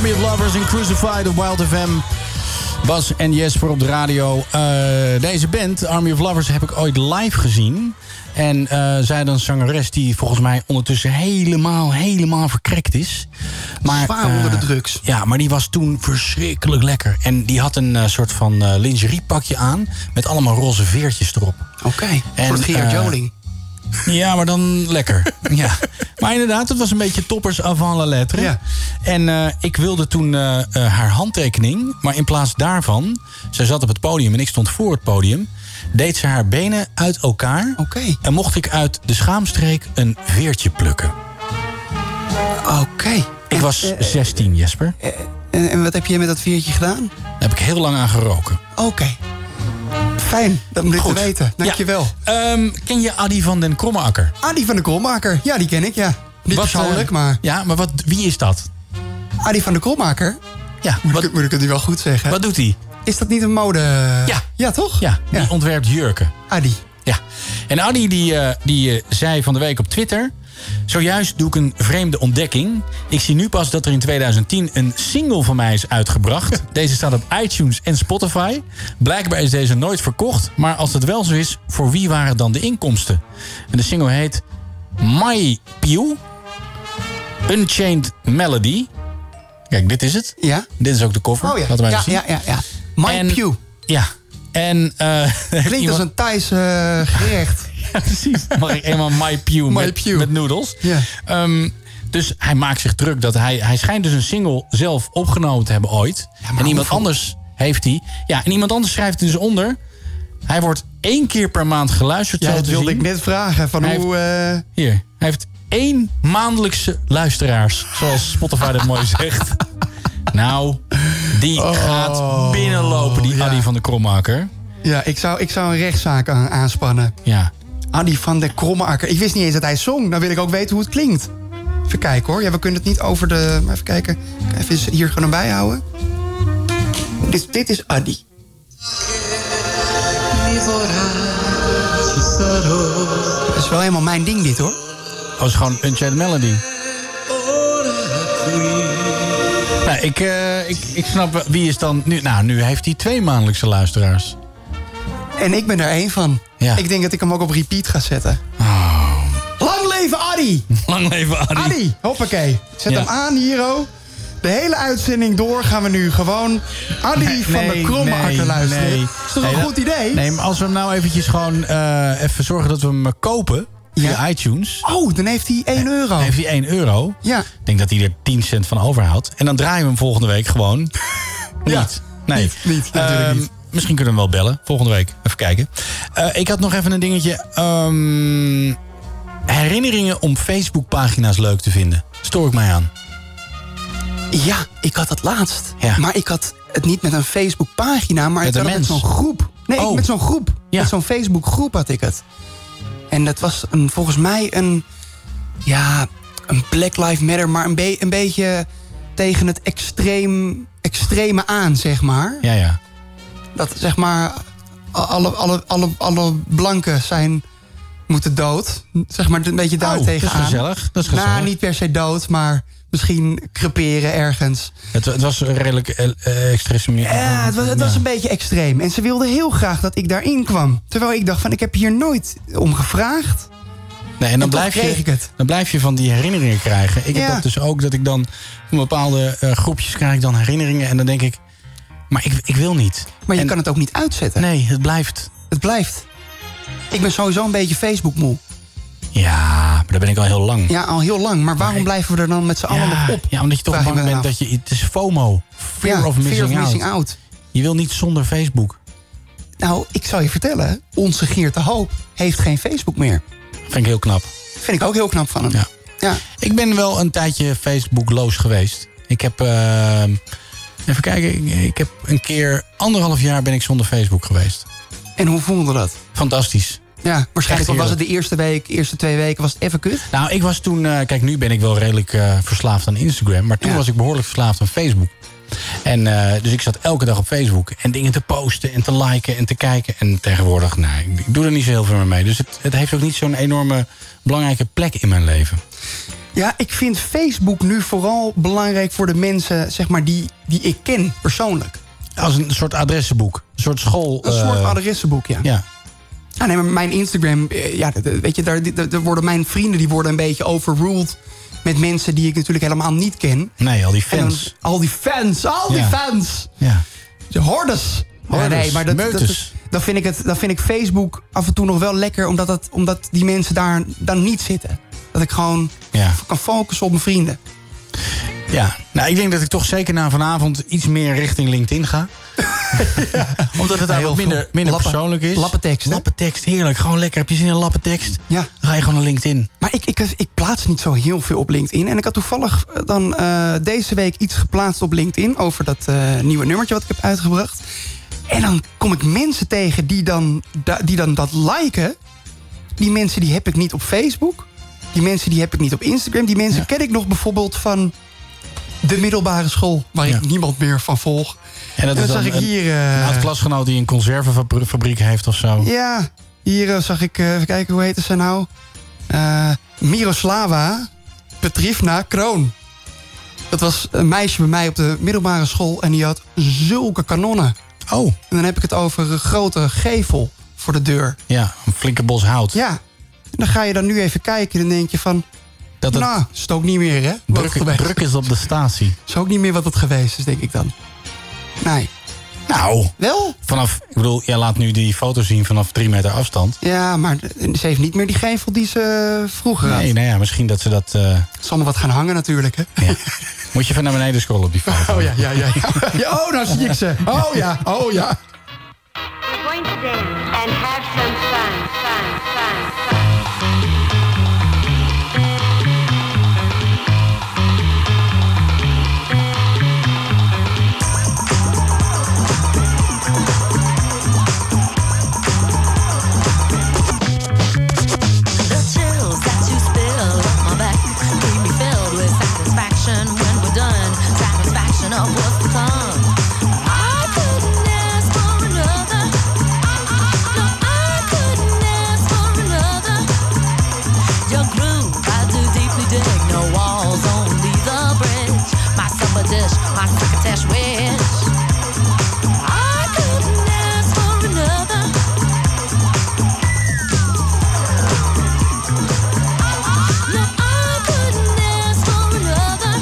Army of Lovers en Crucified op Wild F M. Bas en Jesper op de radio. Uh, deze band, Army of Lovers, heb ik ooit live gezien. En uh, zij dan een zangeres die volgens mij ondertussen helemaal, helemaal verkrekt is. Maar, Zwaar uh, onder de drugs. Ja, maar die was toen verschrikkelijk lekker. En die had een uh, soort van uh, lingeriepakje aan met allemaal roze veertjes erop. Oké, okay. Voor het Gerard uh, Joling. Ja, maar dan lekker. Ja. Maar inderdaad, het was een beetje toppers avant la lettre. Ja. En uh, ik wilde toen uh, uh, haar handtekening. Maar in plaats daarvan, zij zat op het podium en ik stond voor het podium, deed ze haar benen uit elkaar. Okay. En mocht ik uit de schaamstreek een veertje plukken. Oké. Okay. Ik was uh, zestien, Jesper. Uh, en, en wat heb je met dat veertje gedaan? Daar heb ik heel lang aan geroken. Oké. Okay. Fijn, dat moet ik te weten. Dankjewel. Ja. Um, ken je Adi van den Krommeakker? Adi van den Krommeakker, ja, die ken ik, ja. Niet wat, persoonlijk, uh, maar... Ja, maar wat, wie is dat? Adi van den Krommeakker? Ja. Moet, wat, ik, moet ik het nu wel goed zeggen? Wat doet hij? Is dat niet een mode... Ja. Ja, toch? Ja, die ja. ontwerpt jurken. Adi. Ja. En Adi die, uh, die uh, zei van de week op Twitter: zojuist doe ik een vreemde ontdekking. Ik zie nu pas dat er in tweeduizend tien een single van mij is uitgebracht. Deze staat op iTunes en Spotify. Blijkbaar is deze nooit verkocht. Maar als het wel zo is, voor wie waren dan de inkomsten? En de single heet My Pew Unchained Melody. Kijk, dit is het. Ja. Dit is ook de cover. Oh ja. Laten wij ja, zien. ja, ja, ja. My en, Pew. Ja. En, uh, klinkt iemand... als een Thais uh, gerecht. Ja, precies. Mag ik eenmaal My Pew, My met, Pew. met noedels. Ja. Um, dus hij maakt zich druk dat hij... Hij schijnt dus een single zelf opgenomen te hebben ooit. Ja, en iemand hoeveel... anders heeft hij... Ja, en iemand anders schrijft er dus onder. Hij wordt één keer per maand geluisterd. Ja, dat wilde zien. ik net vragen. Van hij hoe... Heeft, uh... Hier. Hij heeft één maandelijkse luisteraars. Zoals Spotify dat mooi zegt. Nou, die oh, gaat binnenlopen, die ja. Adi van de Krommeakker. Ja, ik zou, ik zou een rechtszaak aan, aanspannen. Ja. Adi van de Krommeakker. Ik wist niet eens dat hij zong. Dan wil ik ook weten hoe het klinkt. Even kijken hoor. Ja, we kunnen het niet over de... Maar even kijken. Even hier gewoon bijhouden. Dit, dit is Adi. Dat is wel helemaal mijn ding dit hoor. Oh, het is gewoon Unchained Melody. Nou, ik, uh, ik, ik snap wie is dan... Nu, nou, nu heeft hij twee maandelijkse luisteraars. En ik ben er één van. Ja. Ik denk dat ik hem ook op repeat ga zetten. Oh. Lang leven Adi! Lang leven Adi. Adi, hoppakee. Zet ja. hem aan, Hiro. De hele uitzending door gaan we nu gewoon Adi nee, van nee, de Krommeakker nee, luisteren. Nee. Is toch nee, een goed idee? Nee, maar als we hem nou eventjes gewoon uh, even zorgen dat we hem kopen... via ja. iTunes. Oh, dan heeft hij één euro. Dan heeft hij één euro. Ja. Ik denk dat hij er tien cent van overhoudt. En dan draaien we hem volgende week gewoon niet. Ja. Nee. Niet, niet, natuurlijk um, niet. Misschien kunnen we hem wel bellen. Volgende week. Even kijken. Uh, ik had nog even een dingetje. Um, herinneringen om Facebookpagina's leuk te vinden. Stoor ik mij aan. Ja, ik had dat laatst. Ja. Maar ik had het niet met een Facebookpagina, maar met ik had het met zo'n groep. Nee, oh. ik met zo'n groep. Ja. Met zo'n Facebookgroep had ik het. En dat was een, volgens mij een... Ja, een Black Lives Matter, maar een, be- een beetje tegen het extreem, extreme aan, zeg maar. Ja, ja. Dat, zeg maar, alle, alle, alle, alle blanken zijn... moeten dood. Zeg maar, een beetje daar oh, tegenaan. Dat is gezellig. Dat is gezellig. Nou, niet per se dood, maar misschien creperen ergens. Het, het was redelijk uh, extreem. Ja, het was, het was een beetje extreem. En ze wilden heel graag dat ik daarin kwam. Terwijl ik dacht van, ik heb hier nooit om gevraagd. Nee, en dan, en blijf je, ik het. dan blijf je van die herinneringen krijgen. Ik ja. heb dat dus ook, dat ik dan van bepaalde uh, groepjes krijg ik dan herinneringen. En dan denk ik, maar ik, ik wil niet. Maar je en, kan het ook niet uitzetten. Nee, het blijft. Het blijft. Ik ben sowieso een beetje Facebook-moe. Ja, maar dat ben ik al heel lang. Ja, al heel lang. Maar waarom maar ik... blijven we er dan met z'n allen ja, nog op? Ja, omdat je toch bang bent dat je... Het is FOMO. Fear, ja, of, missing fear of missing out. out. Je wil niet zonder Facebook. Nou, ik zal je vertellen. Onze Geert de Hoop heeft geen Facebook meer. Vind ik heel knap. Vind ik ook heel knap van hem. Ja. Ja. Ik ben wel een tijdje Facebookloos geweest. Ik heb... Uh, even kijken. Ik, ik heb een keer... Anderhalf jaar ben ik zonder Facebook geweest. En hoe voelde dat? Fantastisch. Ja, waarschijnlijk was het de eerste week, eerste twee weken was het even kut. Nou, ik was toen... Uh, kijk, nu ben ik wel redelijk uh, verslaafd aan Instagram. Maar toen ja. was ik behoorlijk verslaafd aan Facebook. En uh, dus ik zat elke dag op Facebook en dingen te posten en te liken en te kijken. En tegenwoordig, nou, ik doe er niet zo heel veel meer mee. Dus het, het heeft ook niet zo'n enorme belangrijke plek in mijn leven. Ja, ik vind Facebook nu vooral belangrijk voor de mensen, zeg maar, die, die ik ken persoonlijk. Als een soort adressenboek. Een soort school... Een soort uh, adressenboek, ja. Ja. Ah, nee, maar mijn Instagram, ja, weet je, daar, daar worden mijn vrienden die worden een beetje overruled met mensen die ik natuurlijk helemaal niet ken. Nee, al die fans. Dan, al die fans, al die ja. fans. Ja. De hordes. Hordes, ja, nee, maar dat, meutes. dat, dat, dan, vind ik het, dan vind ik Facebook af en toe nog wel lekker, omdat, het, omdat die mensen daar dan niet zitten. Dat ik gewoon ja. kan focussen op mijn vrienden. Ja, nou, ik denk dat ik toch zeker na vanavond iets meer richting LinkedIn ga. Ja. Omdat het daar wat minder, minder lappen, persoonlijk is. Lappentekst. Lappentekst, heerlijk. Gewoon lekker. Heb je zin in lappentekst? Ja. Dan ga je gewoon naar LinkedIn. Maar ik, ik, ik plaats niet zo heel veel op LinkedIn. En ik had toevallig dan uh, deze week iets geplaatst op LinkedIn over dat uh, nieuwe nummertje wat ik heb uitgebracht. En dan kom ik mensen tegen die dan, die dan dat liken. Die mensen die heb ik niet op Facebook. Die mensen die heb ik niet op Instagram. Die mensen ja. ken ik nog bijvoorbeeld van de middelbare school, waar ja. ik niemand meer van volg. En dat en is dan dan zag ik hier... Uh, een oud-klasgenoot die een conservenfabriek heeft of zo. Ja, hier uh, zag ik... Uh, even kijken, hoe heette ze nou? Uh, Miroslava Petrivna Kroon. Dat was een meisje bij mij op de middelbare school en die had zulke kanonnen. Oh. En dan heb ik het over een grote gevel voor de deur. Ja, een flinke bos hout. Ja. En dan ga je dan nu even kijken en dan denk je van... Dat het nou, is het ook niet meer, hè? Druk, druk is op de statie. Is ook niet meer wat het geweest is, denk ik dan. Nee. Nou. Wel? Vanaf, ik bedoel, jij laat nu die foto zien vanaf drie meter afstand. Ja, maar ze heeft niet meer die gevel die ze vroeger had. Nee, nou ja, misschien dat ze dat... Uh... Het zal maar wat gaan hangen natuurlijk, hè? Ja. Moet je even naar beneden scrollen op die foto. Oh ja, ja, ja. ja. ja oh, nou zie ik ze. Oh ja, oh ja. We're going to dance and have some fun, fun, fun, fun. Of what's to come. I couldn't ask for another. No, I couldn't ask for another. Your groove, I do deeply dig. No walls, only the bridge. My supper dish, my crocketesh wish. I couldn't ask for another. No, I couldn't ask for another.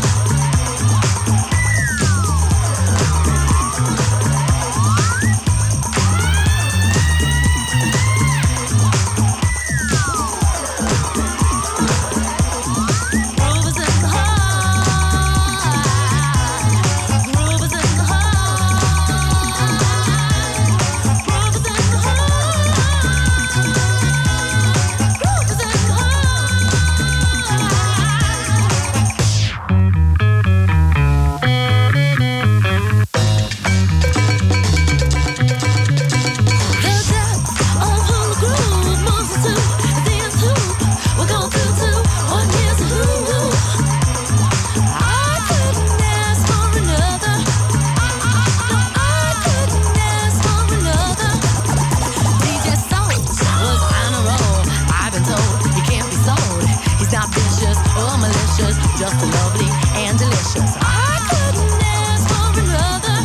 Just lovely and delicious. I couldn't ask for another.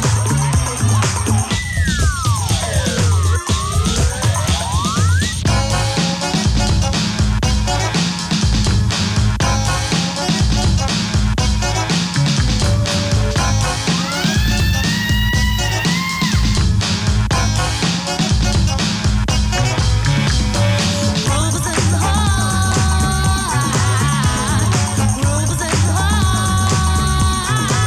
Rovers in the heart.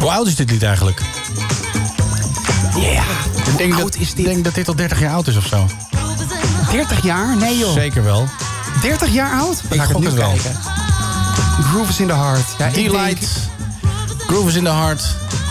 Hoe oud is dit lied eigenlijk? Ja, yeah, ik denk hoe dat, oud is dit? Ik denk dat dit al dertig jaar oud is of zo. dertig jaar? Nee joh. Zeker wel. dertig jaar oud? Ik gok het wel. Kijken. Groove is in the Heart. Ja, Delight. Denk... Groove is in the Heart.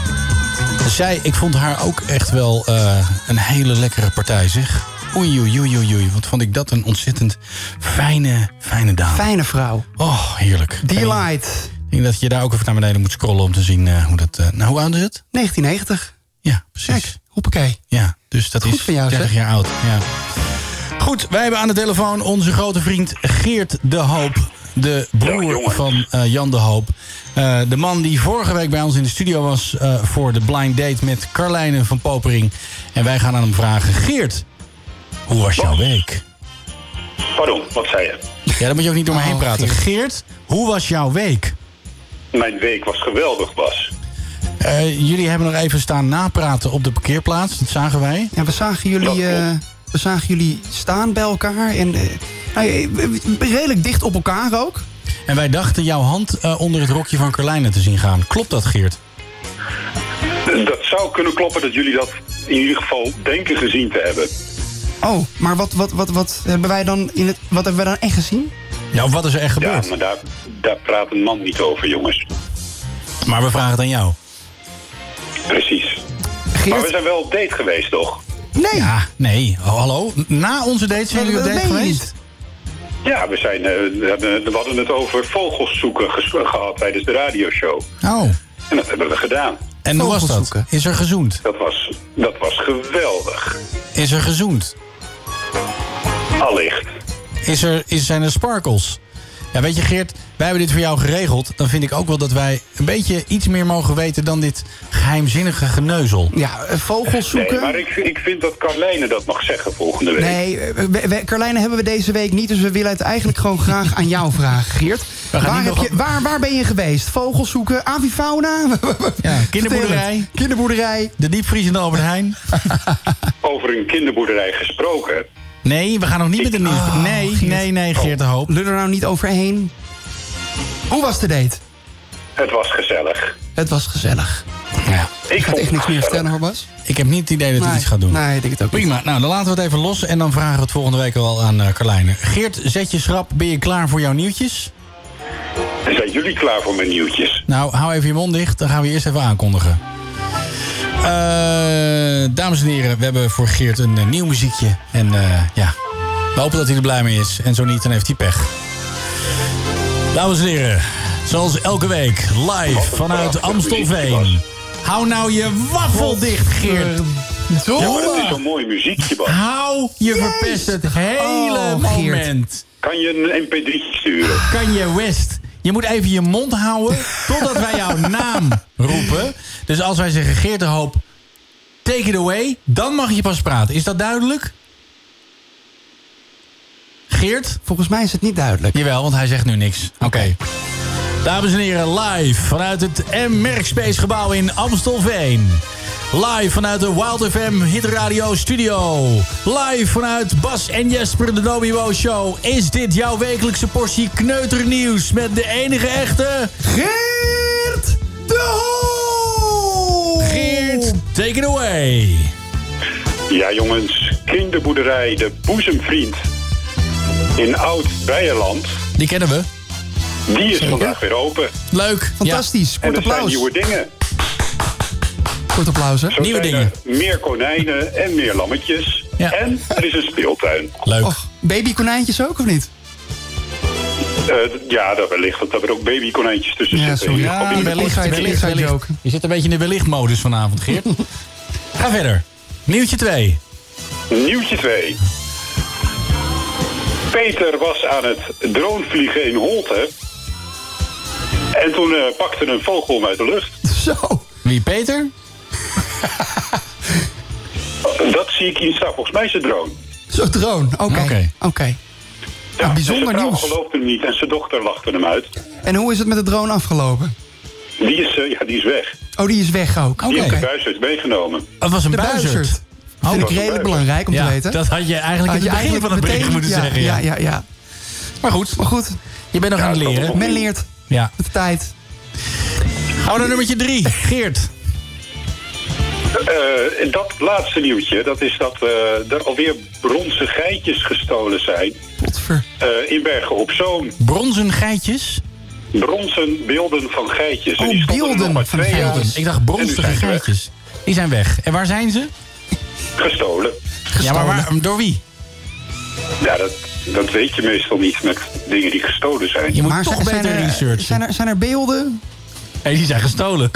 Zij, ik vond haar ook echt wel uh, een hele lekkere partij, zeg. Oei, oei, oei, oei, oei. Wat vond ik dat een ontzettend fijne, fijne dame. Fijne vrouw. Oh, heerlijk. Delight. Ik denk dat je daar ook even naar beneden moet scrollen om te zien uh, hoe dat... Uh, nou, hoe oud is het? negentien negentig. Ja, precies. Kijk, hoppakee. Ja, dus dat Goed is van jou, dertig zeg. jaar oud. Ja. Goed, wij hebben aan de telefoon onze grote vriend Geert de Hoop. De broer ja, van uh, Jan de Hoop. Uh, de man die vorige week bij ons in de studio was uh, voor de blind date met Carlijne van Popering. En wij gaan aan hem vragen. Geert, hoe was jouw week? Pardon, wat zei je? Ja, daar moet je ook niet door me heen oh, praten. Geert. Geert, hoe was jouw week? Mijn week was geweldig, Bas. Uh, jullie hebben nog even staan napraten op de parkeerplaats. Dat zagen wij. Ja, we zagen jullie, uh, we zagen jullie staan bij elkaar. En uh, nou, redelijk dicht op elkaar ook. En wij dachten jouw hand uh, onder het rokje van Carlijne te zien gaan. Klopt dat, Geert? Dat zou kunnen kloppen dat jullie dat in ieder geval denken gezien te hebben. Oh, maar wat, wat, wat, wat, hebben wij dan in het, wat hebben wij dan echt gezien? Nou, wat is er echt gebeurd? Ja, maar daar, daar praat een man niet over, jongens. Maar we vragen het aan jou. Precies. Geert? Maar we zijn wel op date geweest, toch? Nee. Ja, nee. Oh, hallo? Na onze date zijn jullie op date geweest? Ja, we, zijn, uh, we, hebben, we hadden het over vogels zoeken ges- gehad tijdens de radioshow. Oh. En dat hebben we gedaan. En hoe was dat? Is er gezoend? Dat was, dat was geweldig. Is er gezoend? Allicht. Is er, is, zijn er sparkles? Ja, weet je Geert, wij hebben dit voor jou geregeld. Dan vind ik ook wel dat wij een beetje iets meer mogen weten dan dit geheimzinnige geneuzel. Ja, vogels zoeken. Nee, maar ik, ik vind dat Carlijne dat mag zeggen volgende week. Nee, we, we, Carlijne hebben we deze week niet. Dus we willen het eigenlijk gewoon graag aan jou vragen, Geert. Waar, heb je, waar, waar ben je geweest? Vogels zoeken, avifauna? Ja, kinderboerderij. Kinderboerderij. De diepvriezende Albert Heijn. Over een kinderboerderij gesproken. Nee, we gaan nog niet ik, met de nieuws. Oh, nee, Geert. nee, nee, Geert de Hoop. Lul er nou niet overheen. Hoe was de date? Het was gezellig. Het was gezellig. Ja. Ik ga echt niks meer vertellen, hoor, Bas. Ik heb niet het idee dat hij nee, iets gaat doen. Nee, ik denk het ook Prima, niet. nou dan laten we het even los en dan vragen we het volgende week al aan uh, Carlijne. Geert, zet je schrap, ben je klaar voor jouw nieuwtjes? Zijn jullie klaar voor mijn nieuwtjes? Nou, hou even je mond dicht, dan gaan we eerst even aankondigen. Uh, dames en heren, we hebben voor Geert een uh, nieuw muziekje. En uh, ja, we hopen dat hij er blij mee is. En zo niet, dan heeft hij pech. Dames en heren, zoals elke week, live vanuit Amstelveen. Hou nou je waffel dicht, Geert. Ja, maar dat is zo'n mooi muziekje, Bas. Hou je verpest het hele oh, moment. Kan je een M P drie sturen? Kan je West. Je moet even je mond houden totdat wij jouw naam roepen. Dus als wij zeggen Geert de Hoop, take it away, dan mag je pas praten. Is dat duidelijk? Geert? Volgens mij is het niet duidelijk. Jawel, want hij zegt nu niks. Oké. Okay. Dames en heren, live vanuit het M-Merkspace gebouw in Amstelveen. Live vanuit de Wild F M Hit Radio Studio. Live vanuit Bas en Jesper de Domibo Show. Is dit jouw wekelijkse portie kneuternieuws met de enige echte... Geert de Hoop! Geert, take it away. Ja jongens, kinderboerderij De Boezemvriend in Oud-Beierland. Die kennen we. Die is Zeker? vandaag weer open. Leuk. Fantastisch. Ja. Kort en er applaus. zijn nieuwe dingen. Kort applaus, hè? Zo nieuwe zijn dingen. Er meer konijnen en meer lammetjes. Ja. En er is een speeltuin. Leuk. Och, babykonijntjes ook, of niet? Uh, ja, daar wellicht dat er ook babykonijntjes tussen Ja, zitten. sorry. Ja, wellicht, wellicht, wellicht, wellicht, wellicht. joke. Je zit een beetje in de wellichtmodus vanavond, Geert. Ga verder. Nieuwtje twee. Nieuwtje twee. Peter was aan het dronevliegen in Holte. En toen uh, pakte een vogel hem uit de lucht. Zo. Wie, Peter? Dat zie ik hier staan. Volgens mij is het drone. Zo'n drone. Oké. Oké. Okay. Okay. Ja, Ah, bijzonder zijn vrouw nieuws. geloofde hem niet en zijn dochter lachte hem uit. En hoe is het met de drone afgelopen? Die is, uh, ja, die is weg. Oh, die is weg ook. Die Oké. heeft de buizerd meegenomen. Het was een De buizerd. buizerd. Dat vind ik redelijk belangrijk om ja, te weten. dat had je eigenlijk Had in het je begin van het meteen- bericht moeten ja, zeggen. Ja, Ja. ja, ja. Maar goed, Maar goed, je bent nog Ja, aan het dat leren. komt men leert Ja. met de tijd. Gaan we naar nummertje drie. Geert. Uh, dat laatste nieuwtje, dat is dat uh, er alweer bronzen geitjes gestolen zijn. Godver. Uh, in Bergen op Zoom. Bronzen geitjes? Bronzen beelden van geitjes. Oh, beelden van geitjes. Ik dacht bronzige geitjes. Die zijn weg. En waar zijn ze? Gestolen. Gestolen. Ja, maar waar, door wie? Ja, dat, dat weet je meestal niet met dingen die gestolen zijn. Je moet maar toch zijn, beter zijn er, researchen. Zijn er, zijn er beelden? Nee, die zijn gestolen.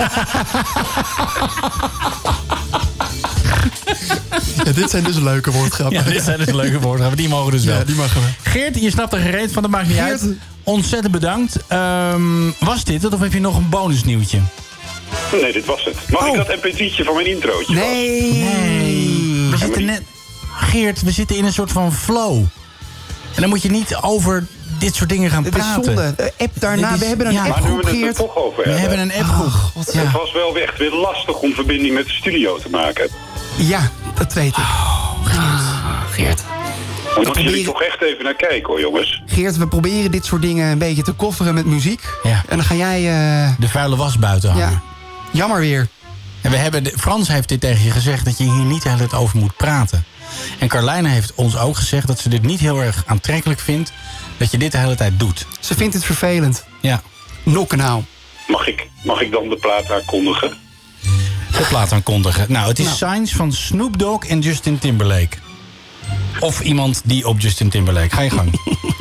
Ja, dit zijn dus leuke woordgrappen. Ja, dit zijn dus leuke woordgrappen. Die mogen dus wel. Ja, die mogen we. Geert, je snapt er gereed van, dat maakt niet Geert. uit. Ontzettend bedankt. Um, was dit het of heb je nog een bonusnieuwtje? Nee, dit was het. Mag oh. ik dat M P drie'tje van mijn introotje? Nee. Nee. We zitten net... Geert, we zitten in een soort van flow. En dan moet je niet over dit soort dingen gaan Dit is praten. zonde. De app daarna, Is, we hebben een ja, appgroep, Maar nu we het er Geert. toch over We hebben. hebben een appgroep. Oh, God, ja. Het was wel echt weer lastig om verbinding met de studio te maken. Ja, dat weet ik. Oh, Geert. Daar moeten jullie toch echt even naar kijken hoor, jongens. Geert, we proberen dit soort dingen een beetje te kofferen met muziek. Ja. En dan ga jij... Uh... De vuile was buiten hangen. Ja. Jammer weer. En we hebben de, Frans heeft dit tegen je gezegd dat je hier niet de hele tijd over moet praten. En Carlijne heeft ons ook gezegd dat ze dit niet heel erg aantrekkelijk vindt dat je dit de hele tijd doet. Ze vindt het vervelend. Ja. Nokken nou. Mag ik, mag ik dan de plaat aankondigen? De plaat aankondigen. Nou, het is Nou. Signs van Snoop Dogg en Justin Timberlake. Of iemand die op Justin Timberlake. Ga je gang.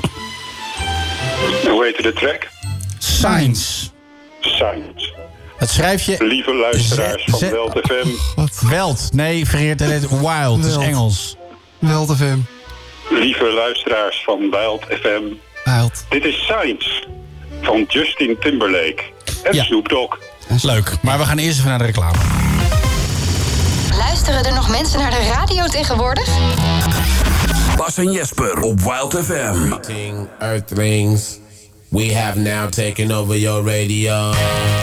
Hoe heette de track? Signs. Signs. Dat schrijf je... Lieve luisteraars Z- van Z- Welt F M. Wat? Weld. Nee, vergeet het heet Wild. Dat is Weld. Engels. Wel te veel. Lieve luisteraars van Wild F M. Wild. Dit is Signs van Justin Timberlake en Ja. Snoop Dogg. Leuk. Maar we gaan eerst even naar de reclame. Luisteren er nog mensen naar de radio tegenwoordig? Bas en Jesper op Wild F M. Greeting, Earthlings. We have now taken over your radio.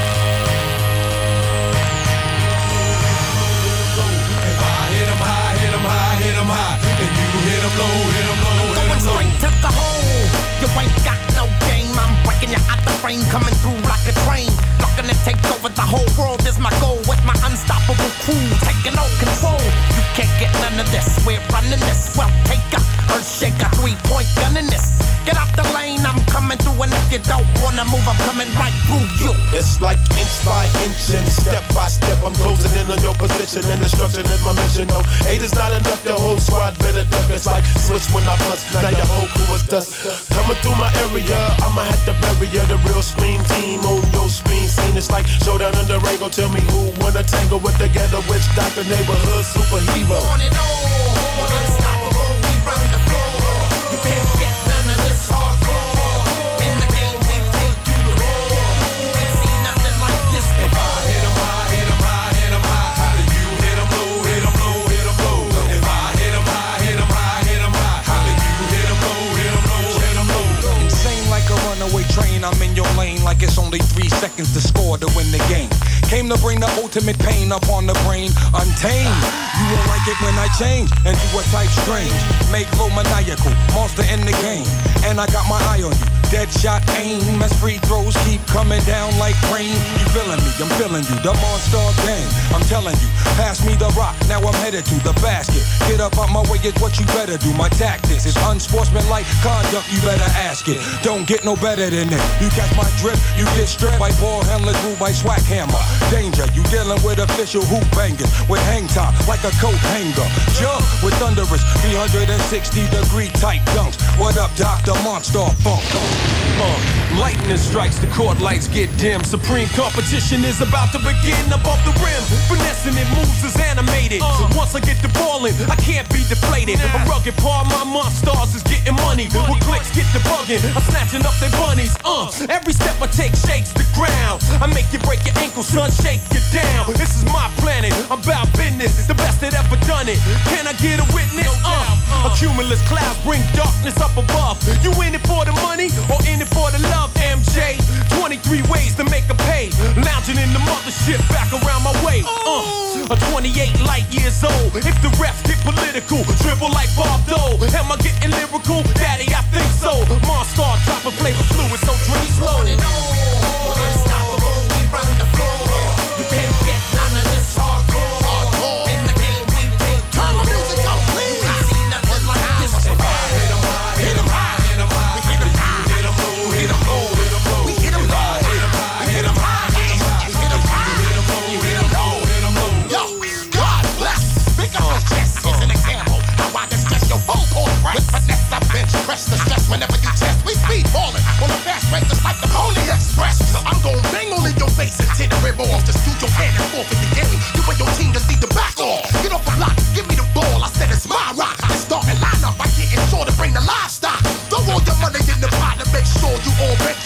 You ain't got no game, I'm breaking you out the frame, coming through like a train. Looking to take over the whole world is my goal, with my unstoppable crew taking all control. You can't get none of this, we're running this. Well, take a earth shaker, three-point gun in this. Get out the lane, I'm coming through, and if you don't wanna move, I'm coming right through you. It's like inch by inch and step by step, I'm closing in on your position, and destruction is my mission. No, eight is not enough, the whole squad better duck. It's like switch when I bust, now your whole crew is dust. Coming through my area, I'ma have to bury ya. The real scream team on your screen scene. It's like showdown in the ring. Go tell me who wanna tangle with the ghetto witch doctor, neighborhood superhero. On and on, unstoppable, we run the floor. You can't get none of this hardcore. In the game, we take you to war. Ain't seen nothing like this before. If I hit 'em high, hit 'em high, hit 'em high. How do you hit 'em low, hit 'em low, hit 'em low? If I hit 'em high, hit 'em high, hit 'em high. How do you hit 'em low, hit 'em low, hit 'em low? Insane like a runaway train, I'm in your lane like it's only three seconds to score to win the game. Came to bring the ultimate pain upon the brain, untamed. You won't like it when I change and do a type strange. Make low maniacal, monster in the game. And I got my eye on you, dead shot aim. As free throws keep coming down like rain. You feeling me, I'm feeling you, the monster game. I'm telling you, pass me the rock, now I'm headed to the basket. Get up out my way is what you better do. My tactics is unsportsmanlike conduct, you better ask it. Don't get no better than it. You catch my drift, you get stripped by ball handler, through by swag hammer. Danger, you dealing with official hoop bangers with hang time like a coat hanger. Jump with thunderous three hundred sixty degree tight dunks. What up, Doctor Monster Funk? Uh, lightning strikes, the court lights get dim. Supreme competition is about to begin above the rim. Finessing it moves is animated. So once I get the ball in, I can't be deflated. A rugged part of my monsters is getting money. With clicks get the bugging, I'm snatching up their bunnies. Uh, every step I take shakes the ground. I make you break your ankle, son, shake you down. This is my planet, I'm about business. The best that ever done it. Can I get a witness? Uh, a cumulus clouds bring darkness up above. You in it for the money or in it for the love, M J? twenty-three ways to make a pay. Lounging in the mothership back around my way. Uh, a twenty-eight light years old. If the refs get political, dribble like Bob Dole. Am I getting lyrical? Daddy, I think so. Monster dropping flavor fluid, so drink slow. Unstoppable, we run the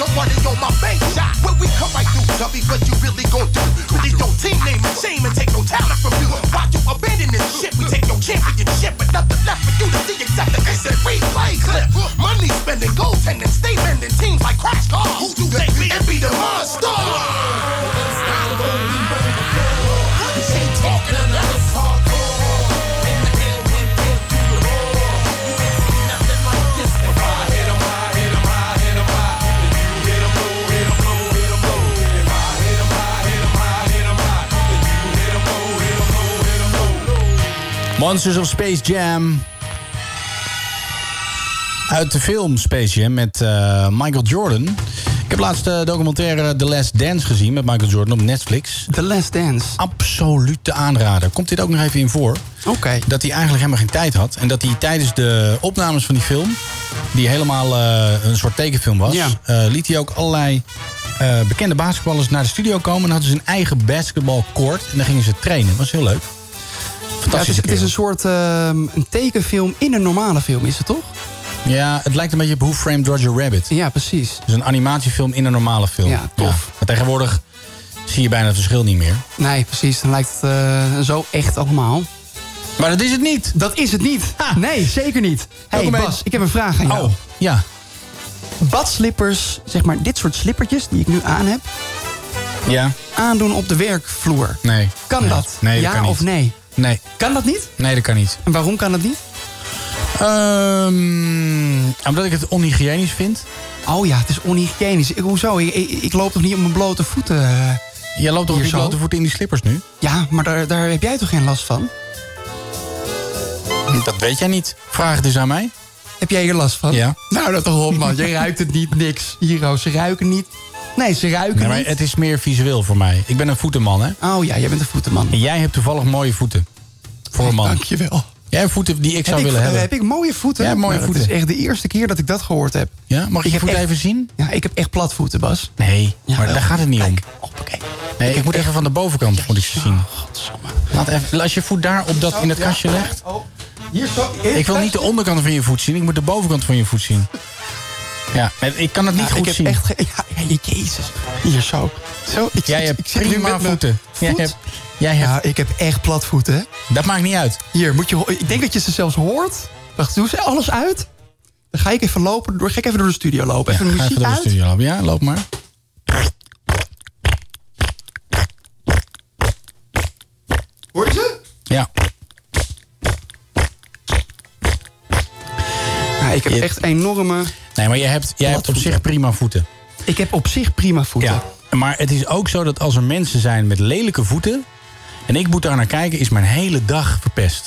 some money on my bank shot. When we come right through, tell me what you really gon' do. Release your team name and shame and take no talent from you. Why you abandon this shit? We take your championship, but nothing left for you to see except the instant replay clip. Money spending, goaltending, stay bending teams like Crash Cars. Who you think me and be the monster? She talking another hardcore. In the hell we get through the roar. You ain't seen nothing like this before. I hit 'em high, hit 'em high, hit 'em high. Then you hit 'em low, hit 'em low, hit 'em low. If I hit 'em high, hit 'em high, hit 'em high. Then you hit 'em low, hit 'em low, hit 'em low. Monsters of Space Jam. Uit de film Space Jam met uh, Michael Jordan. Ik heb laatst de documentaire The Last Dance gezien met Michael Jordan op Netflix. The Last Dance. Absolute aanrader. Komt dit ook nog even in voor. Oké. Okay. Dat hij eigenlijk helemaal geen tijd had. En dat hij tijdens de opnames van die film, die helemaal uh, een soort tekenfilm was, ja. uh, liet hij ook allerlei uh, bekende basketballers naar de studio komen. En hadden ze een eigen basketbalcourt. En dan gingen ze trainen. Dat was heel leuk. Fantastisch. Ja, het, is, het is een soort uh, een tekenfilm in een normale film, is het toch? Ja, het lijkt een beetje op Who Framed Roger Rabbit. Ja, precies. Dus een animatiefilm in een normale film. Ja, tof. Ja. Maar tegenwoordig zie je bijna het verschil niet meer. Nee, precies. Dan lijkt het uh, zo echt allemaal. Maar dat is het niet. Dat is het niet. Ha. Nee, zeker niet. Hé hey, Bas, ik heb een vraag aan jou. Oh, ja. Badslippers, zeg maar dit soort slippertjes die ik nu aan heb. Ja. Aandoen op de werkvloer. Nee. Kan nee. dat? Nee, dat ja kan niet. of nee? Nee. Kan dat niet? Nee, dat kan niet. En waarom kan dat niet? Um, omdat ik het onhygiënisch vind. Oh ja, het is onhygiënisch. Ik, hoezo? Ik, ik, ik loop toch niet op mijn blote voeten? Uh, Jij loopt toch op je blote voeten in die slippers nu? Ja, maar daar, daar heb jij toch geen last van? Dat weet jij niet. Vraag het dus aan mij. Heb jij hier last van? Ja. Nou, dat toch op, man. Je ruikt het niet, niks. Hier, ze ruiken niet. Nee, ze ruiken nee, maar niet. Het is meer visueel voor mij. Ik ben een voetenman, hè? Oh ja, jij bent een voetenman. En jij hebt toevallig mooie voeten. Voor een man. Dankjewel. Jij hebt voeten die ik zou heb willen ik, hebben. Heb ik mooie voeten? Ja, mooie nou, voeten. Het is echt de eerste keer dat ik dat gehoord heb. Ja, mag ik je voeten even zien? Ja, ik heb echt platvoeten, Bas. Nee, ja, maar wel. daar gaat het niet Kijk, om. Op, okay. Nee, ik, ik moet echt... even van de bovenkant ja, moet ik ze zien. Godsamme. Laat even, als je voet daar op dat, in het kastje ja. legt. Oh. Hier zo. Hier ik wil niet de onderkant van je voet zien. Ik moet de bovenkant van je voet zien. Ja, ik kan het niet ja, goed ik zien. Heb echt, ja, ja, jezus. Hier zo. zo ik, jij ik, hebt ik zit prima nu met voeten. Voet. Jij hebt, jij hebt... Ja, ik heb echt platvoeten. Hè? Dat maakt niet uit. Hier, moet je, ik denk dat je ze zelfs hoort. Wacht, doe ze alles uit. Dan ga ik even lopen. Door, ga ik even door de studio lopen. Even ja, de muziek even door de uit. studio lopen. Ja, loop maar. Hoor je ze? Ja. Ja, ik heb je, echt enorme... Nee, maar jij hebt, jij hebt op zich prima voeten. Ik heb op zich prima voeten. Ja, maar het is ook zo dat als er mensen zijn met lelijke voeten... en ik moet daar naar kijken, is mijn hele dag verpest.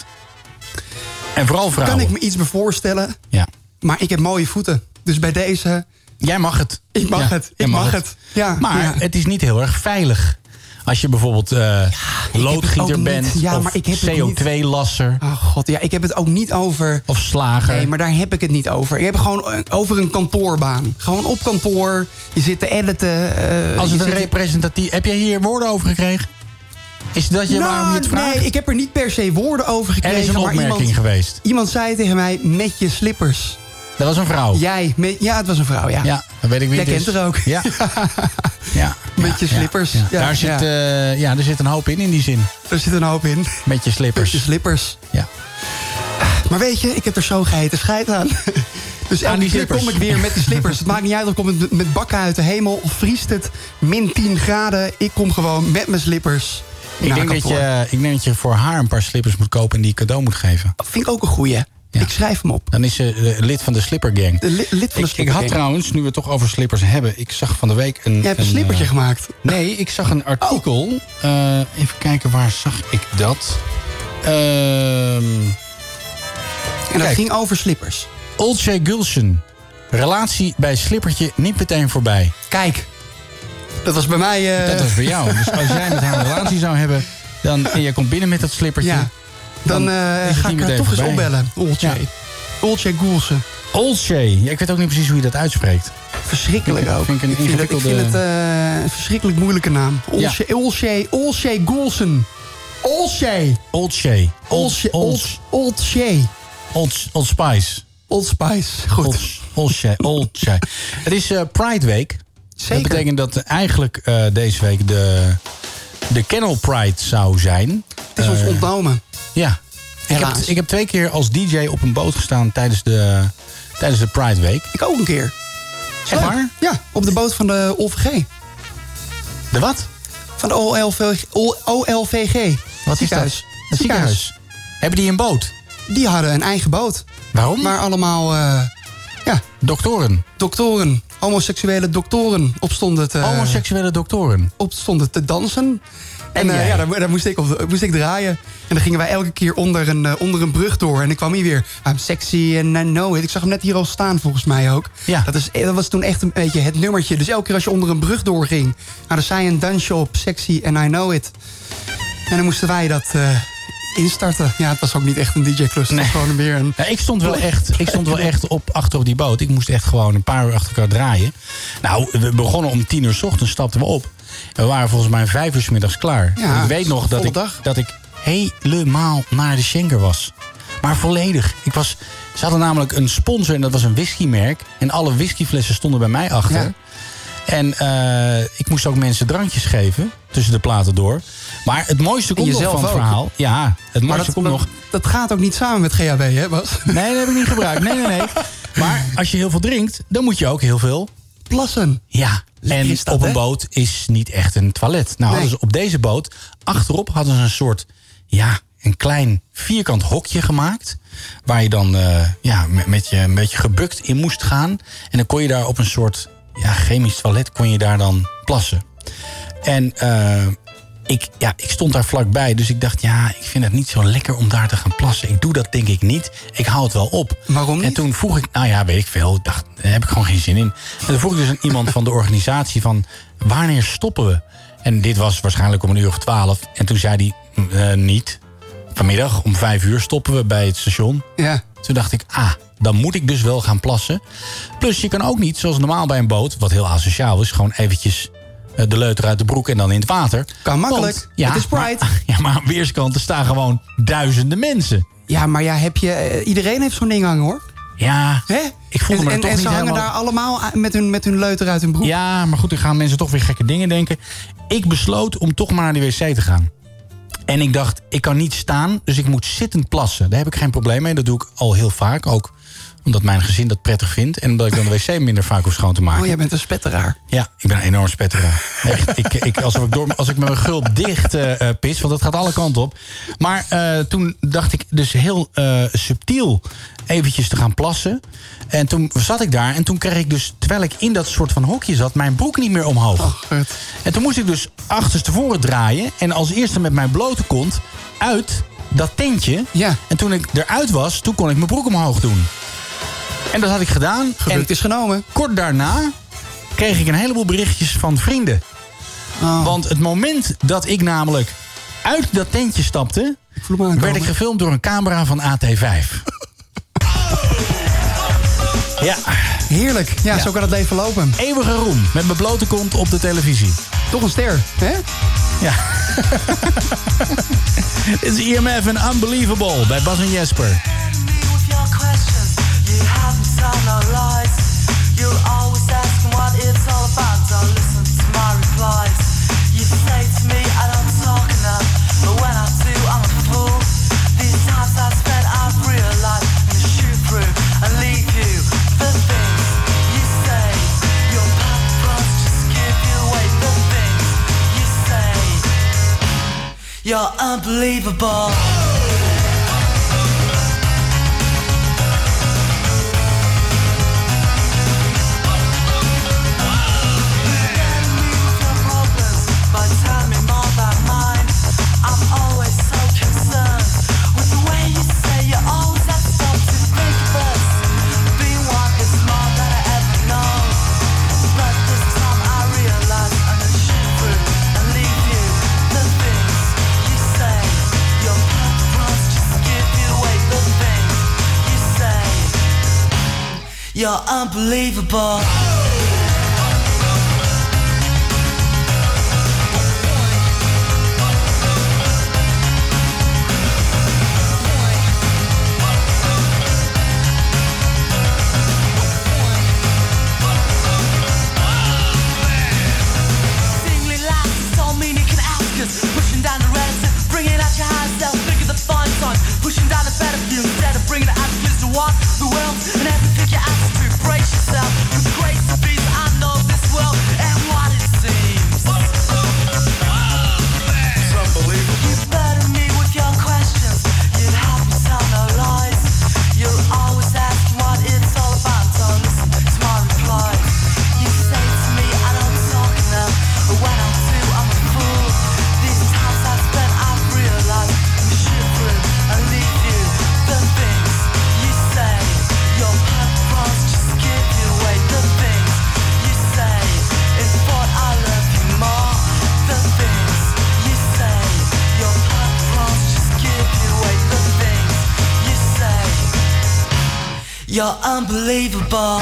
En vooral vrouwen. Kan ik me iets meer voorstellen? Ja. Maar ik heb mooie voeten. Dus bij deze... Jij mag het. Ik mag ja, het. Ik mag, mag het. het. Ja, maar ja. het is niet heel erg veilig. Als je bijvoorbeeld uh, ja, loodgieter bent ja, of maar ik heb C O twee lasser. Oh god, ja, ik heb het ook niet over... Of slager. Nee, maar daar heb ik het niet over. Ik heb het gewoon over een kantoorbaan. Gewoon op kantoor. Je zit te editen. Uh, Als het een zit... representatief... Heb jij hier woorden over gekregen? Is dat je nou, waarom je het vraagt? Nee, ik heb er niet per se woorden over gekregen. Er is een opmerking maar iemand, geweest. Iemand zei tegen mij, met je slippers. Dat was een vrouw. Jij, met, ja, het was een vrouw, ja. Ja, dan weet ik wie Jij het is. kent er ook. Ja. ja. Met je slippers. Ja, ja. Ja, Daar zit, ja. Uh, ja, er zit een hoop in, in die zin. Er zit een hoop in. Met je slippers. Met je slippers. Ja. Maar weet je, ik heb er zo geheten scheid aan. Dus elke keer slippers. kom ik weer met die slippers. Het maakt niet uit of ik kom met, met bakken uit de hemel. Of vriest het min tien graden. Ik kom gewoon met mijn slippers. Ik denk, dat je, ik denk dat je voor haar een paar slippers moet kopen en die cadeau moet geven. Dat vind ik ook een goeie. Ja. Ik schrijf hem op. Dan is ze uh, lid van de slippergang. De li lid van de ik, ik had trouwens, nu we het toch over slippers hebben... ik zag van de week een... Jij hebt een, een slippertje uh, gemaakt. Nee, ik zag een artikel. Oh. Uh, even kijken, waar zag ik dat? Uh, en dat kijk. ging over slippers. Olcay Gulsen. Relatie bij slippertje niet meteen voorbij. Kijk. Dat was bij mij... Uh... Dat was bij jou. Dus als jij met haar een relatie zou hebben... Dan, en jij komt binnen met dat slippertje... Ja. Dan, dan uh, ga ik haar toch eens opbellen. Olcay. Ja. Olcay Gulsen. Olcay. Ja, ik weet ook niet precies hoe je dat uitspreekt. Verschrikkelijk ook. Vind ik, ik, vind het, ik vind het uh, een verschrikkelijk moeilijke naam. Olcay, ja. Olcay, Olcay Gulsen. Olcay. Olcay. Olcay. Olcay. Old Spice. Old Spice. Goed. Olcay. Olcay. Het is uh, Pride Week. Zeker. Dat betekent dat eigenlijk uh, deze week de, de Kennel Pride zou zijn. Het is ons uh, ontnomen. Ja. Ik heb, ik heb twee keer als D J op een boot gestaan tijdens de, tijdens de Pride Week. Ik ook een keer. Echt waar? Ja, op de boot van de O V G. De wat? Van de O L V G. O L V G. Wat is dat? Het ziekenhuis. ziekenhuis. Hebben die een boot? Die hadden een eigen boot. Waarom? Waar allemaal, uh, ja... Doktoren? Doktoren. Homoseksuele doktoren op stonden te... Homoseksuele doktoren? Op stonden te dansen. En, en uh, ja, daar, daar moest, ik op, moest ik draaien. En dan gingen wij elke keer onder een, uh, onder een brug door. En ik kwam hier weer. I'm sexy and I know it. Ik zag hem net hier al staan, volgens mij ook. Ja. Dat, is, dat was toen echt een beetje het nummertje. Dus elke keer als je onder een brug doorging... Nou, dan zei je een dansje op, sexy and I know it. En dan moesten wij dat... Uh, instarten. Ja, het was ook niet echt een D J-klus. Nee. Gewoon weer een... Ja, ik stond wel echt, ik stond wel echt op, achter op die boot. Ik moest echt gewoon een paar uur achter elkaar draaien. Nou, we begonnen om tien uur 's ochtends, stapten we op. We waren volgens mij vijf uur 's middags klaar. Ja, ik weet nog dat ik, dat ik helemaal naar de Schenker was. Maar volledig. Ik was, ze hadden namelijk een sponsor en dat was een whiskymerk. En alle whiskyflessen stonden bij mij achter. Ja. En uh, ik moest ook mensen drankjes geven tussen de platen door. Maar het mooiste komt nog van het verhaal. Ja, het mooiste dat, komt dat, nog. Dat gaat ook niet samen met G H B, hè, Bas? Nee, dat heb ik niet gebruikt. Nee, nee, nee. Maar als je heel veel drinkt, dan moet je ook heel veel plassen. Ja, en dat, op een hè? boot is niet echt een toilet. Nou, nee. hadden ze op deze boot, achterop hadden ze een soort, ja, een klein vierkant hokje gemaakt. Waar je dan uh, ja, met, met je een beetje gebukt in moest gaan. En dan kon je daar op een soort ja, chemisch toilet kon je daar dan plassen. En uh, ik, ja, ik stond daar vlakbij, dus ik dacht, ja, ik vind het niet zo lekker om daar te gaan plassen. Ik doe dat denk ik niet. Ik hou het wel op. Waarom niet? En toen vroeg ik, nou ja, weet ik veel. Ik dacht, daar heb ik gewoon geen zin in. En toen vroeg ik dus aan iemand van de organisatie van, wanneer stoppen we? En dit was waarschijnlijk om een uur of twaalf. En toen zei hij, uh, niet. Vanmiddag om vijf uur stoppen we bij het station. Ja. Toen dacht ik, ah, dan moet ik dus wel gaan plassen. Plus je kan ook niet, zoals normaal bij een boot, wat heel asociaal is, gewoon eventjes de leuter uit de broek en dan in het water. Kan makkelijk. Want, ja, het is Pride. Maar, ja, maar aan weerskanten staan gewoon duizenden mensen. Ja, maar ja, heb je, uh, iedereen heeft zo'n ding hangen, hoor. Ja, Hè? ik voelde me en, er toch en niet ze hangen helemaal... daar allemaal met hun, met hun leuter uit hun broek. Ja, maar goed, dan gaan mensen toch weer gekke dingen denken. Ik besloot om toch maar naar de wc te gaan. En ik dacht, ik kan niet staan, dus ik moet zittend plassen. Daar heb ik geen probleem mee, dat doe ik al heel vaak. Ook omdat mijn gezin dat prettig vindt. En omdat ik dan de wc minder vaak hoef schoon te maken. Oh, jij bent een spetteraar. Ja, ik ben een enorm spetteraar. Echt, ik, ik, alsof, ik door, als ik met mijn gulp dicht uh, pis, want dat gaat alle kanten op. Maar uh, toen dacht ik dus heel uh, subtiel eventjes te gaan plassen. En toen zat ik daar en toen kreeg ik dus, terwijl ik in dat soort van hokje zat, mijn broek niet meer omhoog. Oh, en toen moest ik dus achterstevoren draaien. En als eerste met mijn blote kont uit dat tentje. Ja. En toen ik eruit was, toen kon ik mijn broek omhoog doen. En dat had ik gedaan. Gelukt is genomen. Kort daarna kreeg ik een heleboel berichtjes van vrienden. Oh. Want het moment dat ik namelijk uit dat tentje stapte, ik werd ik gefilmd door een camera van A T vijf. Ja. Heerlijk. Ja, ja, zo kan het leven lopen. Eeuwige roem. Met mijn blote kont op de televisie. Toch een ster, hè? Ja. Dit is I M F en Unbelievable bij Bas en Jesper. You haven't told no lies. You're always asking what it's all about. Don't listen to my replies. You say to me I don't talk enough, but when I do I'm a fool. These times I spent I've realized I'm gonna shoot through and leave you. The things you say, your paparazzi just give you away. The things you say, you're unbelievable. You're unbelievable. You're unbelievable.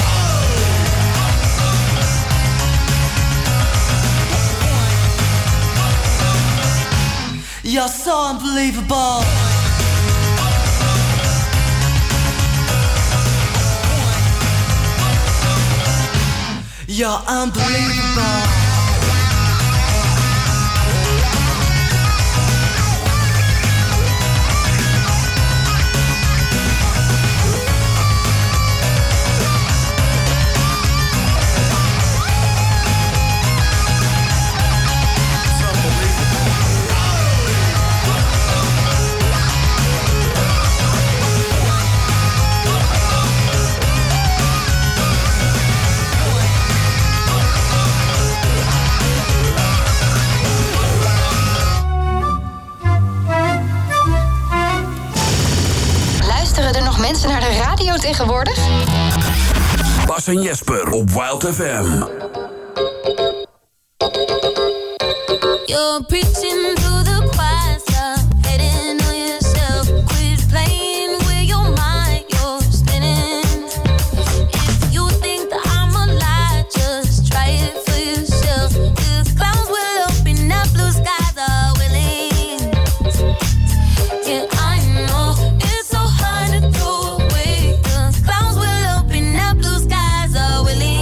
You're so unbelievable. You're unbelievable. Luisteren er nog mensen naar de radio tegenwoordig? Bas en Jesper op Wild F M. You're preaching to the choir, stop hating on yourself. Quit playing with your mind, you're spinning. If you think that I'm a lie, just try it for yourself. The clouds will open up, blue skies are willing. Yeah, I know it's so hard to throw away. The clouds will open up, blue skies are willing.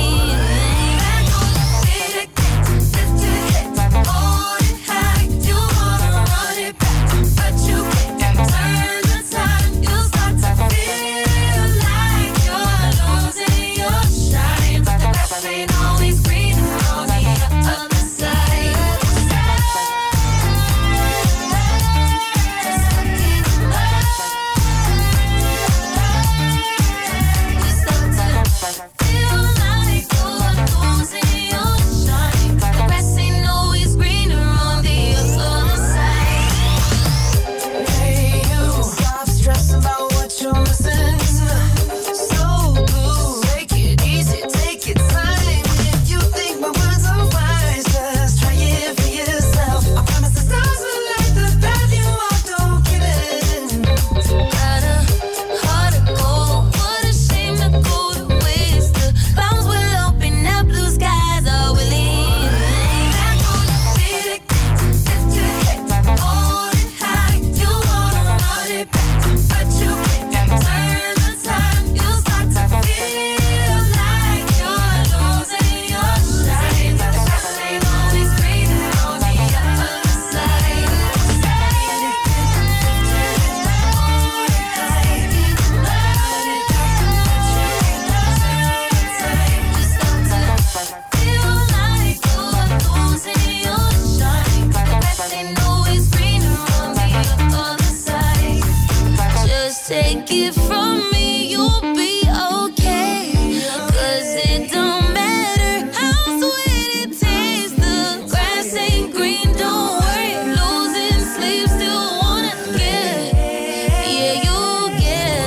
Take it from me, you'll be okay. 'Cause it don't matter how sweet it tastes. The grass ain't green, don't worry. Losing sleep, still wanna get. Yeah, you'll get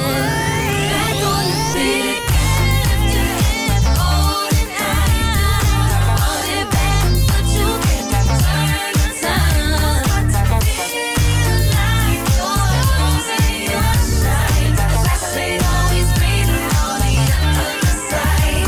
back on your feet. Lift your head, hold it high. Hold it back, but you can't turn the time. Feel like you're losing your shine. Ain't always greener on the other side.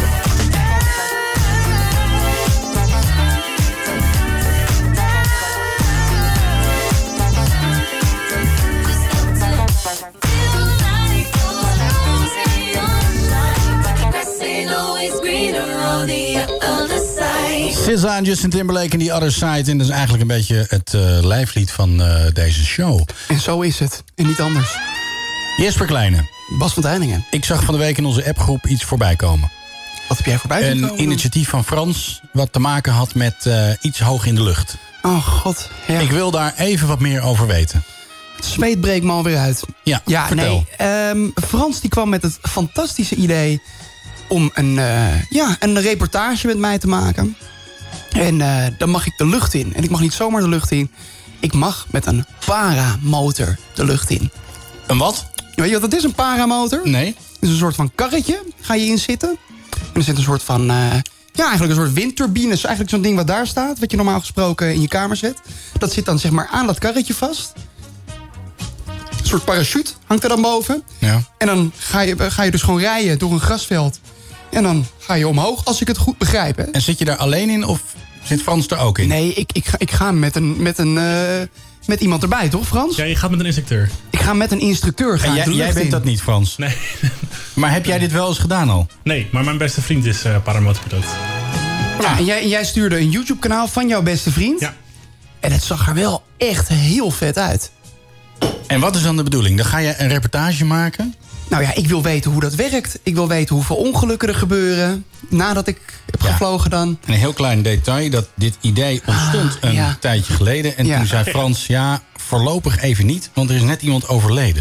Feel like you're losing your shine. Grass ain't always greener on the other side. S Z A en Justin Timberlake in The Other Side. En dat is eigenlijk een beetje het uh, lijflied van uh, deze show. En zo is het. En niet anders. Jesper Kleine. Bas van Tijningen. Ik zag van de week in onze appgroep iets voorbij komen. Wat heb jij voorbij zien komen? Een initiatief van Frans wat te maken had met uh, iets hoog in de lucht. Oh god. Ja. Ik wil daar even wat meer over weten. Het zweet breekt me alweer uit. Ja, ja vertel. nee. Um, Frans die kwam met het fantastische idee om een, uh, ja, een reportage met mij te maken. En uh, dan mag ik de lucht in. En ik mag niet zomaar de lucht in. Ik mag met een paramotor de lucht in. Een wat? Weet je wat het is, een paramotor? Nee. Het is een soort van karretje, ga je in zitten. En er zit een soort van, uh, ja, eigenlijk een soort windturbine. Dus eigenlijk zo'n ding wat daar staat, wat je normaal gesproken in je kamer zet. Dat zit dan zeg maar aan dat karretje vast. soort parachute hangt er dan boven. Ja. En dan ga je, ga je dus gewoon rijden door een grasveld. En dan ga je omhoog, als ik het goed begrijp. Hè? En zit je daar alleen in of zit Frans er ook in? Nee, ik, ik, ga, ik ga met, een, met, een, uh, met iemand erbij, toch Frans? Ja, je gaat met een instructeur. Ik ga met een instructeur. Ga En jij, jij bent in. dat niet, Frans? Nee. Maar heb jij dit wel eens gedaan al? Nee, maar mijn beste vriend is uh, paramotorpiloot. Ja, en jij, en jij stuurde een YouTube-kanaal van jouw beste vriend. Ja. En het zag er wel echt heel vet uit. En wat is dan de bedoeling? Dan ga je een reportage maken? Nou ja, ik wil weten hoe dat werkt. Ik wil weten hoeveel ongelukken er gebeuren nadat ik heb Ja. gevlogen dan. En een heel klein detail, dat dit idee ontstond Ah, een ja. tijdje geleden. En Ja. toen zei Frans, ja, voorlopig even niet, want er is net iemand overleden.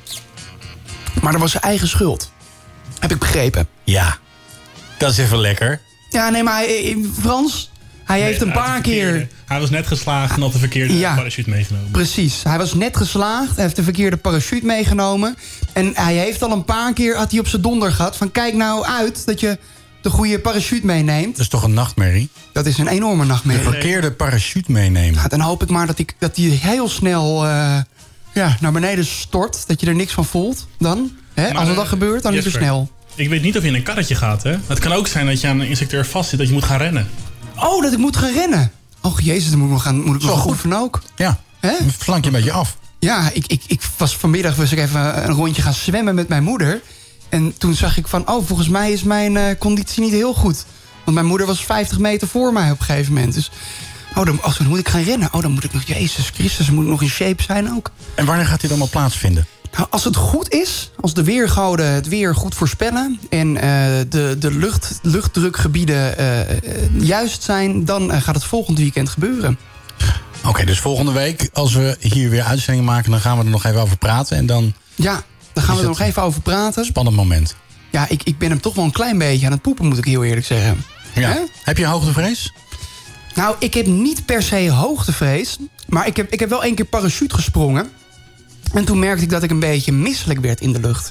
Maar dat was zijn eigen schuld. Heb ik begrepen. Ja, dat is even lekker. Ja, nee, maar hij, Frans, hij heeft een Nee, paar uit de verkeerde- keer... Hij was net geslaagd en had de verkeerde Ja. parachute meegenomen. Precies, hij was net geslaagd, hij heeft de verkeerde parachute meegenomen. En hij heeft al een paar keer had hij op zijn donder gehad van kijk nou uit dat je de goede parachute meeneemt. Dat is toch een nachtmerrie? Dat is een enorme De nachtmerrie. verkeerde parachute meenemen. Nou, dan hoop ik maar dat, ik, dat die heel snel uh, ja, naar beneden stort. Dat je er niks van voelt dan. Hè? Maar, Als dat uh, dan gebeurt, dan niet zo Jesper, snel. Ik weet niet of je in een karretje gaat, hè? Het kan ook zijn dat je aan een instructeur vastzit dat je moet gaan rennen. Oh, dat ik moet gaan rennen. Och jezus, dan moet ik nog gaan, moet ik nog Zo goed goed. van ook. Ja, Hè? dan flank je een beetje af. Ja, ik, ik, ik was vanmiddag was ik even een rondje gaan zwemmen met mijn moeder. En toen zag ik van, oh, volgens mij is mijn uh, conditie niet heel goed. Want mijn moeder was vijftig meter voor mij op een gegeven moment. Dus, oh, dan, oh, dan moet ik gaan rennen. Oh, dan moet ik nog, Jezus Christus, dan moet ik nog in shape zijn ook. En wanneer gaat dit allemaal plaatsvinden? Nou, als het goed is, als de weergoden het weer goed voorspellen... en uh, de, de lucht, luchtdrukgebieden uh, uh, juist zijn... dan uh, gaat het volgend weekend gebeuren. Oké, okay, dus volgende week, als we hier weer uitzendingen maken... dan gaan we er nog even over praten en dan... Ja, daar gaan we er nog even over praten. Spannend moment. Ja, ik, ik ben hem toch wel een klein beetje aan het poepen, moet ik heel eerlijk zeggen. Ja. Hè? Heb je hoogtevrees? Nou, ik heb niet per se hoogtevrees... maar ik heb, ik heb wel één keer parachute gesprongen... en toen merkte ik dat ik een beetje misselijk werd in de lucht.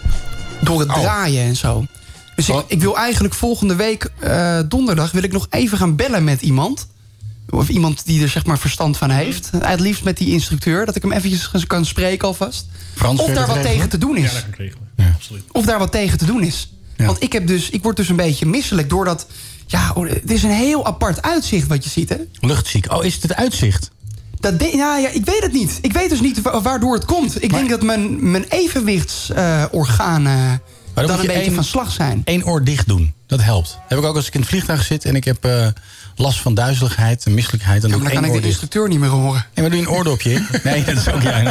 Door het oh. draaien en zo. Dus ik, ik wil eigenlijk volgende week, uh, donderdag... wil ik nog even gaan bellen met iemand... of iemand die er zeg maar verstand van heeft. Het liefst met die instructeur, dat ik hem eventjes kan spreken alvast. Frans, of daar wat regelen? tegen te doen is. Ja, dat kan ik regelen. Ja, absoluut. Of daar wat tegen te doen is. Ja. Want ik, heb dus, ik word dus een beetje misselijk doordat... Ja, het is een heel apart uitzicht wat je ziet, hè? Luchtziek. Oh, is het het uitzicht? Dat de, ja, ja, ik weet het niet. Ik weet dus niet wa- waardoor het komt. Ik Maar- denk dat mijn, mijn evenwichtsorganen uh, dan een beetje één- van slag zijn. Eén oor dicht doen. Dat helpt. Heb ik ook als ik in het vliegtuig zit en ik heb uh, last van duizeligheid en misselijkheid. Dan Ja, doe maar dan ik kan één ik de oor dicht. instructeur niet meer horen. Nee, maar doe je een oordopje in? Nee, dat is ook jij.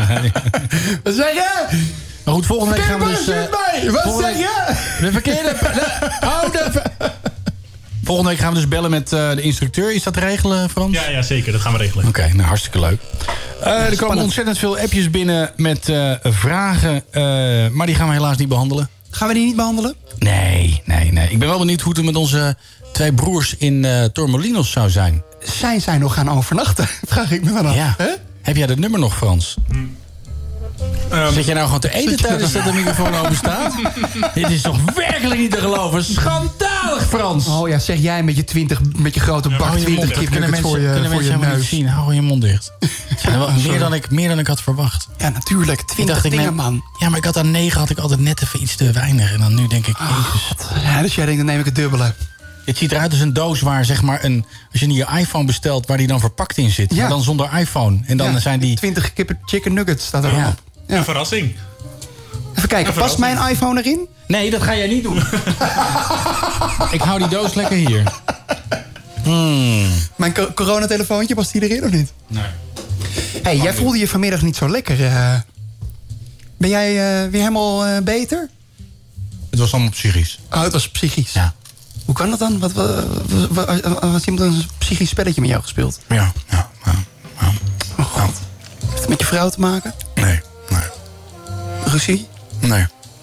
Wat zeg je? Maar goed, volgende week gaan we dus... uh, mee? Wat volgende zeg je? De verkeerde... de- Hou de... Volgende week gaan we dus bellen met uh, de instructeur. Is dat te regelen, Frans? Ja, ja, zeker. Dat gaan we regelen. Oké, okay, nou hartstikke leuk. Uh, er komen spannend. ontzettend veel appjes binnen met uh, vragen. Uh, maar die gaan we helaas niet behandelen. Gaan we die niet behandelen? Nee, nee, nee. Ik ben wel benieuwd hoe het met onze twee broers in uh, Tormelinos zou zijn. Zijn zij nog gaan overnachten? Vraag ik me dan af. Ja. Hè? Heb jij dat nummer nog, Frans? Um, Zit jij nou gewoon te eten tijdens dat de microfoon open staat? Dit is toch werkelijk niet te geloven? Schandalig, Frans! Oh ja, zeg jij met je, twintig, met je grote bak Hou je mond twintig dicht. Kunnen kipnuggets mensen, voor je, kunnen voor je mensen helemaal niet neus. zien? Hou je mond dicht. Het zijn er wel meer, dan ik, meer dan ik had verwacht. Ja, natuurlijk. Ik twintig dacht, ik dingen, neem- man. Ja, maar ik had aan negen had ik altijd net even iets te weinig. En dan nu denk ik, jezus. Ja, dus jij denkt, dan neem ik het dubbele. Het ziet eruit als een doos waar, zeg maar, een, als je je iPhone bestelt... waar die dan verpakt in zit. Ja. Maar dan zonder iPhone. En dan Ja, zijn die... twintig kippen chicken nuggets staat erop. Ja. Ja. Een verrassing. Even kijken, Een past verrassing. mijn iPhone erin? Nee, dat ga jij niet doen. Ik hou die doos lekker hier. Hmm. Mijn co- coronatelefoontje, past die erin of niet? Nee. Hey, jij voelde je vanmiddag niet zo lekker. eh. Ben jij eh, weer helemaal eh, beter? Het was allemaal psychisch. Oh, het was psychisch. Ja. Hoe kan dat dan? Wat, wat, wat, wat, wat iemand een psychisch spelletje met jou gespeeld? Ja, ja, ja. ja. Oh god. Heeft het met je vrouw te maken? Nee, nee, Ruzie? nee.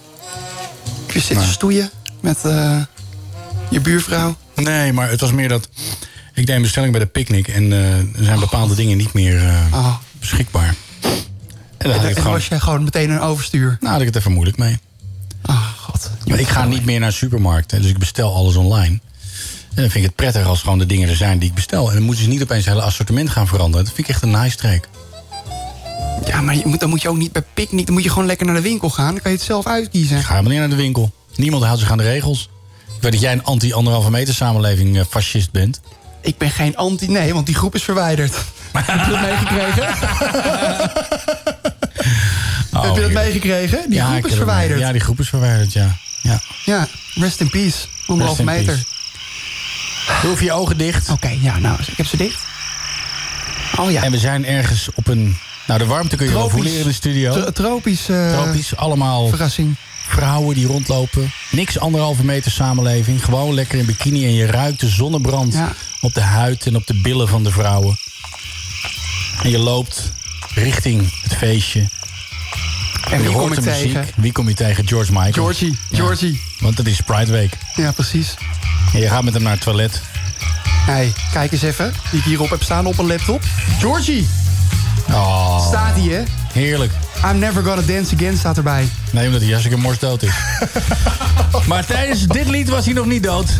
Heb je zitten Nee. stoeien met eh, je buurvrouw? Nee, maar het was meer dat... Ik deed een bestelling bij de picknick... en uh, er zijn bepaalde dingen niet meer uh, Oh. beschikbaar. En dan En, had ik en het dan gewoon... was jij gewoon meteen een overstuur? Nou, had ik het even moeilijk mee. Oh god. Maar ik ga niet meer naar supermarkten, dus ik bestel alles online. En dan vind ik het prettig als gewoon de dingen er zijn die ik bestel. En dan moeten ze niet opeens het hele assortiment gaan veranderen. Dat vind ik echt een nice streek. Ja, maar je moet, dan moet je ook niet bij picknick... dan moet je gewoon lekker naar de winkel gaan. Dan kan je het zelf uitkiezen. Ga maar niet naar de winkel. Niemand houdt zich aan de regels. Ik weet dat jij een anti-anderhalve meter samenleving uh, fascist bent. Ik ben geen anti... Nee, want die groep is verwijderd. Heb je dat meegekregen? Oh, Heb je dat heerlijk. meegekregen? Die Ja, groep ik is heb het mee. verwijderd. Ja, die groep is verwijderd, ja. Ja, Ja, rest in peace. Anderhalve Rest in meter. Doe even je ogen dicht. Oké, ja, nou, ik heb ze dicht. Oh ja. En we zijn ergens op een... Nou, de warmte kun je wel Tropisch. voelen in de studio. Tro- tropisch. eh, Tropisch, allemaal Verrassing. vrouwen die rondlopen. Niks anderhalve meter samenleving. Gewoon lekker in bikini en je ruikt de zonnebrand Ja. op de huid en op de billen van de vrouwen. En je loopt richting het feestje. En je wie kom hoort ik de muziek. tegen? Wie kom je tegen? George Michael. Georgie. Ja, Georgie. want het is Pride Week. Ja, precies. En je gaat met hem naar het toilet. Hey, kijk eens even. Die ik hierop heb staan op een laptop. Georgie. Oh, Staat hij, hè? heerlijk. I'm never gonna dance again staat erbij. Nee, omdat hij hartstikke mors dood is. Maar tijdens dit lied was hij nog niet dood.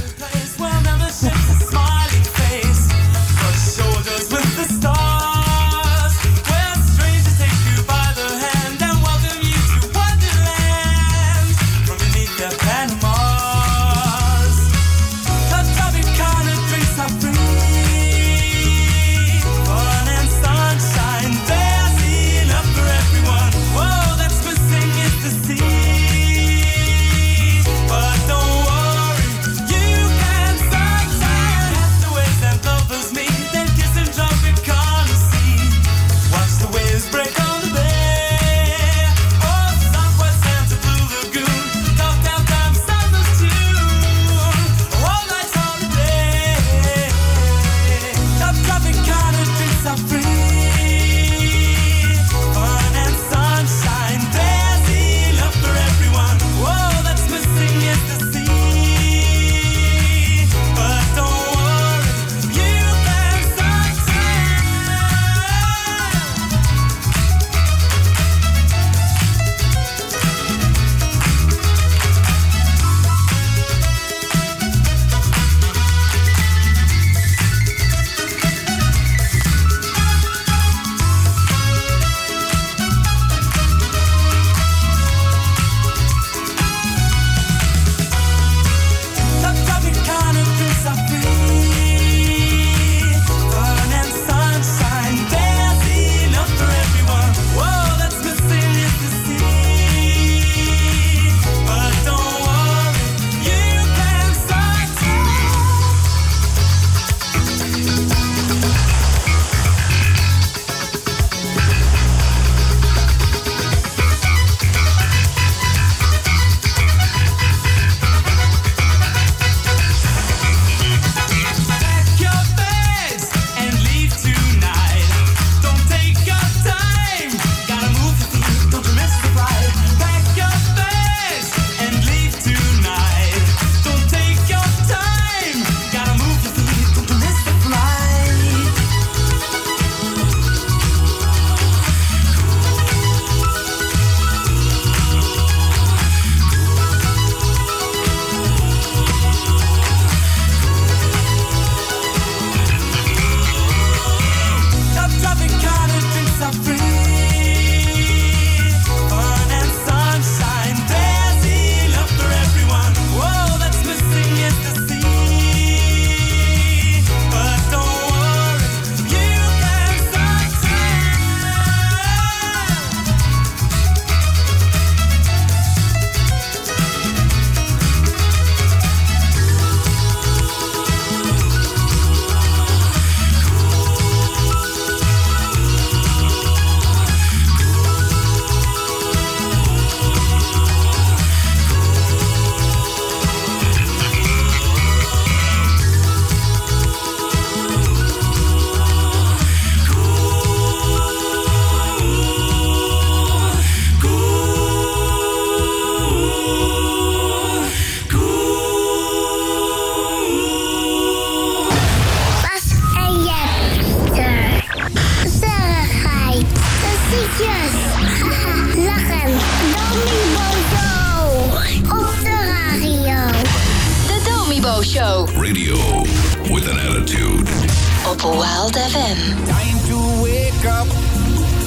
Show. Radio with an attitude. Op Wild F M. Time to wake up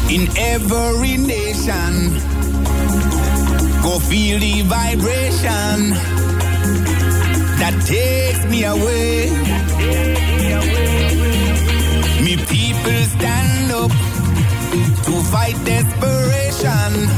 in every nation. Go feel the vibration that takes me away. Me people stand up to fight desperation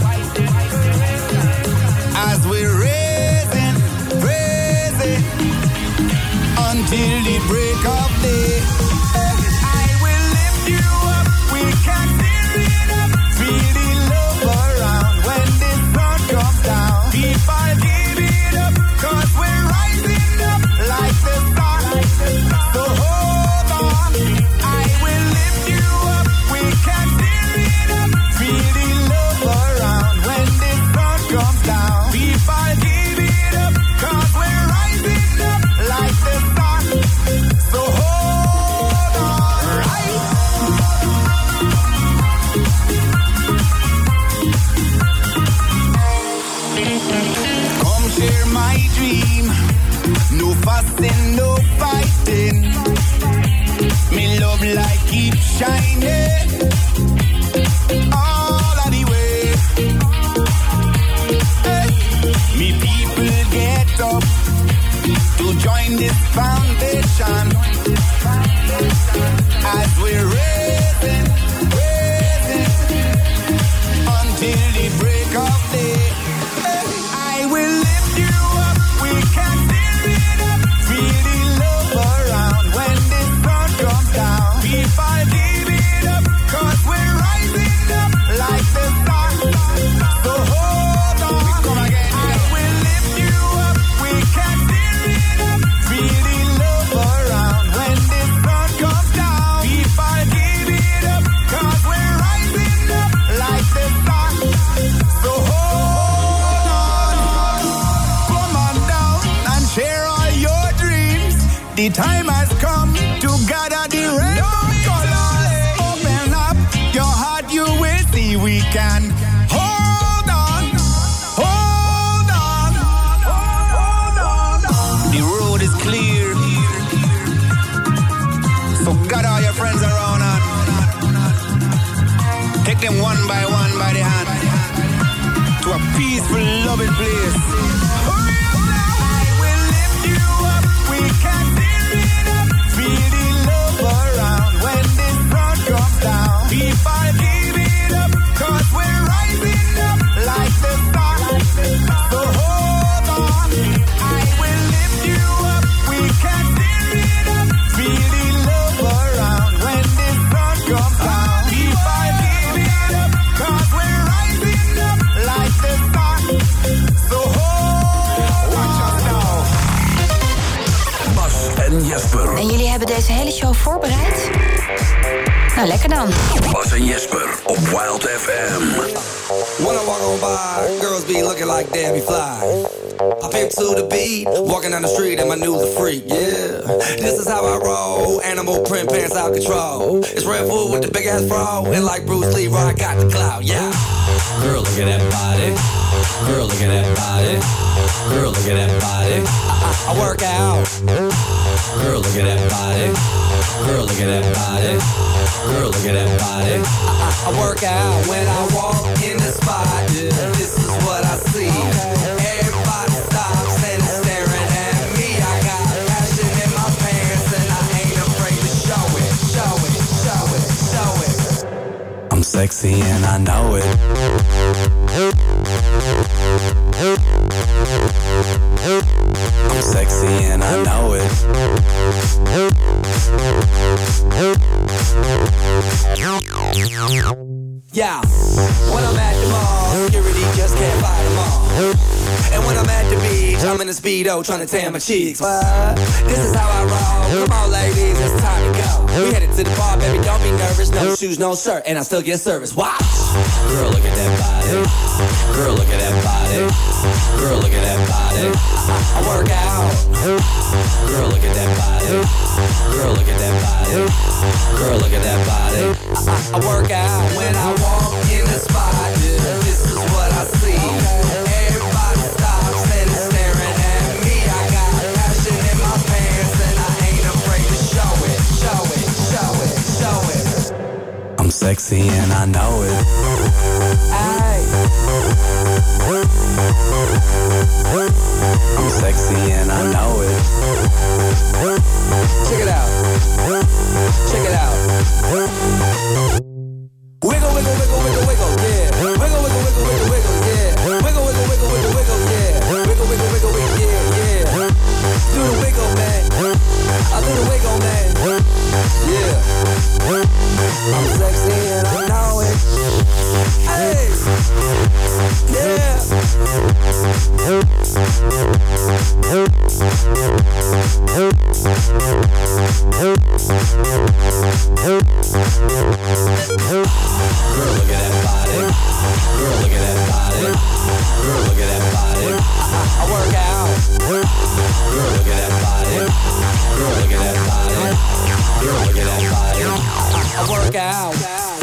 as we're raising, raising until the break of day. I will lift you up, we can steer it up, feel the love around when the sun comes down. People give it up, cause we're rising up like the sun. So hold on, I will lift you up, we can steer it up, feel the love around when the sun comes down. People give it up, cause we're rising up like the sun. So hold on, right? Come share my dream, no fussing, no fighting. Me love light keep shining all of the way. Hey. Me people get up to join this foundation as we're raising, raising until the break of day. Hey. I will lift you up, we can steer it up, feel the love around when the sun comes down. People give it up, cause we're rising up like the sun. So hold on, come again. I will lift you up, we can steer it up, feel the love around when the sun comes down. People give it up, cause we're rising up like the sun. So hold on, come on down and share all your dreams. The time has come to gather the rainbow colors. Open up your heart, you will see we can. Hold on, hold on, hold on. The road is clear, so gather all your friends around and take them one by one by the hand to a peaceful, loving place. Hurry up now. I will lift you up, we can steer it up, feel the love around when the sun comes down. People give it up, cause we're rising up like the sun. So hold on, I will lift you up, we can steer it up, feel the love around when the sun comes down. People give it up, cause we're rising up like the sun. So hold, watch us now. Bas en Jesper. En jullie hebben deze hele show voorbereid? Nou, lekker dan. Bas en Jesper op Wild F M. When I walk on by, girls be looking like Debbie Fly. I pimp to the beat, walking down the street and my news a freak, yeah. This is how I roll, animal print pants out control. It's Red Bull with the big ass bra, and like Bruce Lee, I got the clout, yeah. Girl, look at that body. Girl, look at that body. Girl, look at that body. I, I, I work out. Girl, look at that body. Girl, look at that body. Girl, look at that body. I, I, I work out when I walk in the spot. Yeah, this is what I see. Everybody stops and is staring at me. I got passion in my pants and I ain't afraid to show it, show it, show it, show it. I'm sexy and I know it. I'm sexy and I know it. Yeah, when I'm at the mall, security just can't fight them all. And when I'm at the beach, I'm in a Speedo trying to tan my cheeks. But this is how I roll. Come on, ladies, it's time to go. We headed to the bar, baby, don't be nervous. No shoes, no shirt, and I still get service. Watch. Girl, look at that body. Girl, look at that body. Girl, look at that body. I, I work out. Girl, look at that body. Girl, look at that body. Girl, look at that body. I, I, I work out when I walk in the spot. Yeah, this is what I see. Everybody stops and is staring at me. I got passion in my pants and I ain't afraid to show it, show it, show it, show it. I'm sexy and I know it. Ay. I'm sexy and I know it. Check it out. Check it out. Wiggle, wiggle, wiggle, wiggle, wiggle, yeah. Wiggle, wiggle, wiggle, wiggle, wiggle, yeah. Wiggle, wiggle, wiggle, wiggle, wiggle, yeah. Wiggle, wiggle, wiggle, wiggle, yeah, yeah. Do the wiggle, man. I do the wiggle, man. Yeah. I'm sexy and I know it. Hey. Yeah. Girl, look at that body. Girl, look at that body. Girl, look at that body. I work out. Girl, look at that body. Girl, look at that body. Girl, look at that body. I work out.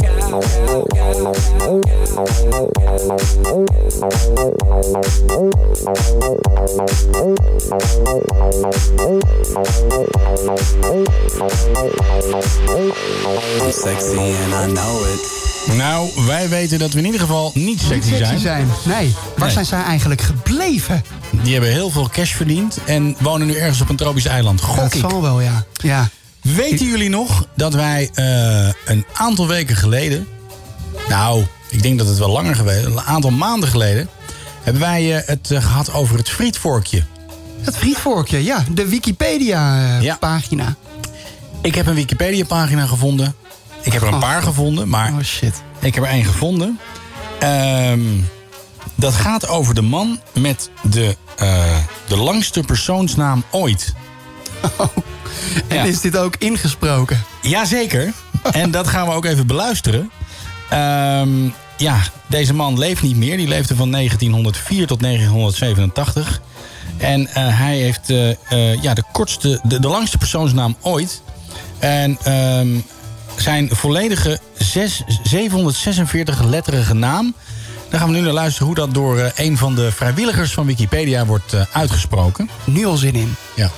I'm sexy and I know it. Nou, wij weten dat we in ieder geval niet sexy, Niet sexy zijn. zijn. Nee. Waar Nee. zijn zij eigenlijk gebleven? Die hebben heel veel cash verdiend en wonen nu ergens op een tropisch eiland. Gok Dat ik. zal wel, ja. ja. Weten jullie nog dat wij uh, een aantal weken geleden... Nou, ik denk dat het wel langer geweest een aantal maanden geleden... hebben wij uh, het uh, gehad over het frietvorkje. Het frietvorkje, ja. De Wikipedia-pagina. Ja. Ik heb een Wikipedia-pagina gevonden. Ik heb er een Oh. paar gevonden, maar Oh, shit. ik heb er één gevonden. Um, dat gaat over de man met de, uh, de langste persoonsnaam ooit. Oh. En Ja. is dit ook ingesproken? Jazeker. En dat gaan we ook even beluisteren. Um, ja, deze man leeft niet meer. Die leefde van negentienhonderdvier tot negentienhonderdzevenentachtig. En uh, hij heeft uh, uh, ja, de kortste, de, de langste persoonsnaam ooit. En um, zijn volledige zes, zevenhonderdzesenveertig letterige naam. Daar gaan we nu naar luisteren hoe dat door uh, een van de vrijwilligers van Wikipedia wordt uh, uitgesproken. Nu al zin in. Ja.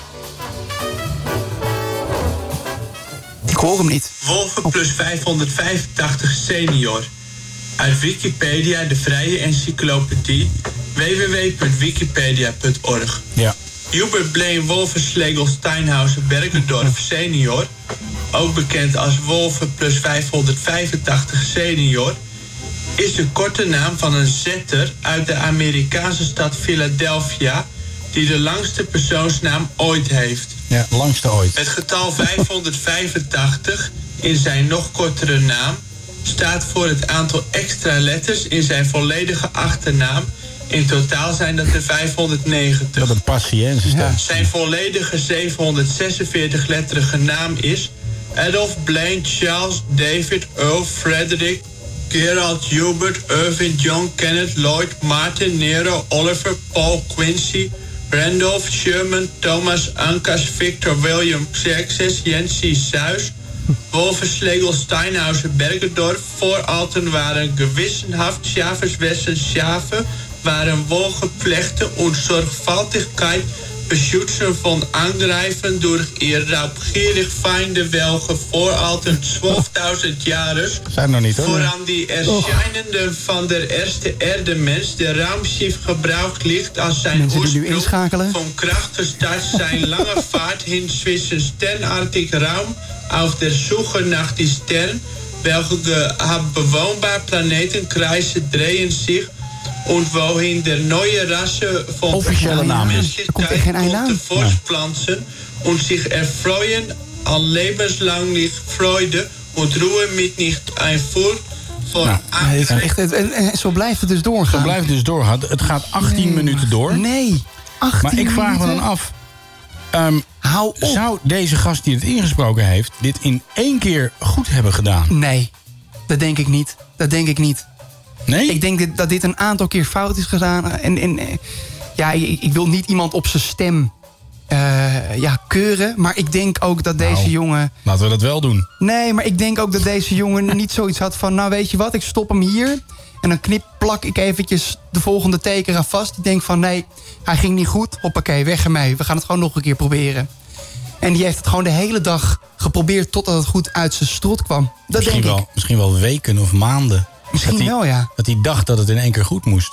Ik hoor hem niet. Wolven plus vijfhonderdvijfentachtig senior. Uit Wikipedia, de vrije encyclopedie, w w w punt wikipedia punt org. Ja. Hubert Blaine Wolfenslegel Steinhausen Bergendorf senior, ook bekend als Wolven plus vijfhonderdvijfentachtig senior, is de korte naam van een zetter uit de Amerikaanse stad Philadelphia die de langste persoonsnaam ooit heeft. Ja, langste ooit. Het getal vijfhonderdvijfentachtig in zijn nog kortere naam staat voor het aantal extra letters in zijn volledige achternaam. In totaal zijn dat er vijfhonderdnegentig. Dat een patiënt is dat. Zijn volledige zevenhonderdzesenveertig-letterige naam is Adolf Blaine Charles David Earl Frederick Gerald Hubert Irvin John Kenneth Lloyd Martin Nero Oliver Paul Quincy Randolph Sherman Thomas Ankas Victor William Xerxes Jensi Suis Wolfenslegel Steinhausen Bergendorf Voralten waren gewissenhaft Schafeswessen Schafe waren wohlgepflegte und Sorgfaltigkeit beschützen von Angreifen durch ihr raubgierig Feinde, welche Voralten zwölftausend Jahres Zijn nog niet hoor. voran die erscheinenden van der erste Erdemens de Raumschiff gebruikt ligt als zijn Mensen die nu Ursprung inschakelen. vom Kraft gestart zijn lange Fahrt hin zwischen sternartig Raum auf der Suche nach die Stern, welche bewohnbare Planetenkreise drehen sich und wohin der neue Rasse von Officiële naam is. Er komt echt geen einde konnte aan. fortpflanzen und sich erfreuen an lebenslang Freude und Ruhe mit nicht ein Furcht von Nou, Nee, het is echt, het- en, en zo blijft het dus doorgaan. Zo blijft het dus doorgaan. Het gaat achttien Nee, minuten door. Nee, achttien Maar ik vraag me dan minuten? af. Um, Hou op. Zou deze gast die het ingesproken heeft dit in één keer goed hebben gedaan? Nee, dat denk ik niet. Dat denk ik niet. Nee? Ik denk dit, dat dit een aantal keer fout is gedaan. En, en eh, ja, ik, ik wil niet iemand op zijn stem eh, ja, keuren. Maar ik denk ook dat deze Nou. jongen... Laten we dat wel doen. Nee, maar ik denk ook dat deze jongen niet zoiets had van... nou, weet je wat, ik stop hem hier... en dan knip, plak ik eventjes de volgende teken aan vast. Ik denk van, nee, hij ging niet goed. Hoppakee, weg ermee. We gaan het gewoon nog een keer proberen. En die heeft het gewoon de hele dag geprobeerd totdat het goed uit zijn strot kwam. Dat misschien, denk wel, ik. misschien wel weken of maanden. Misschien dat hij, wel, ja. Dat hij dacht dat het in één keer goed moest.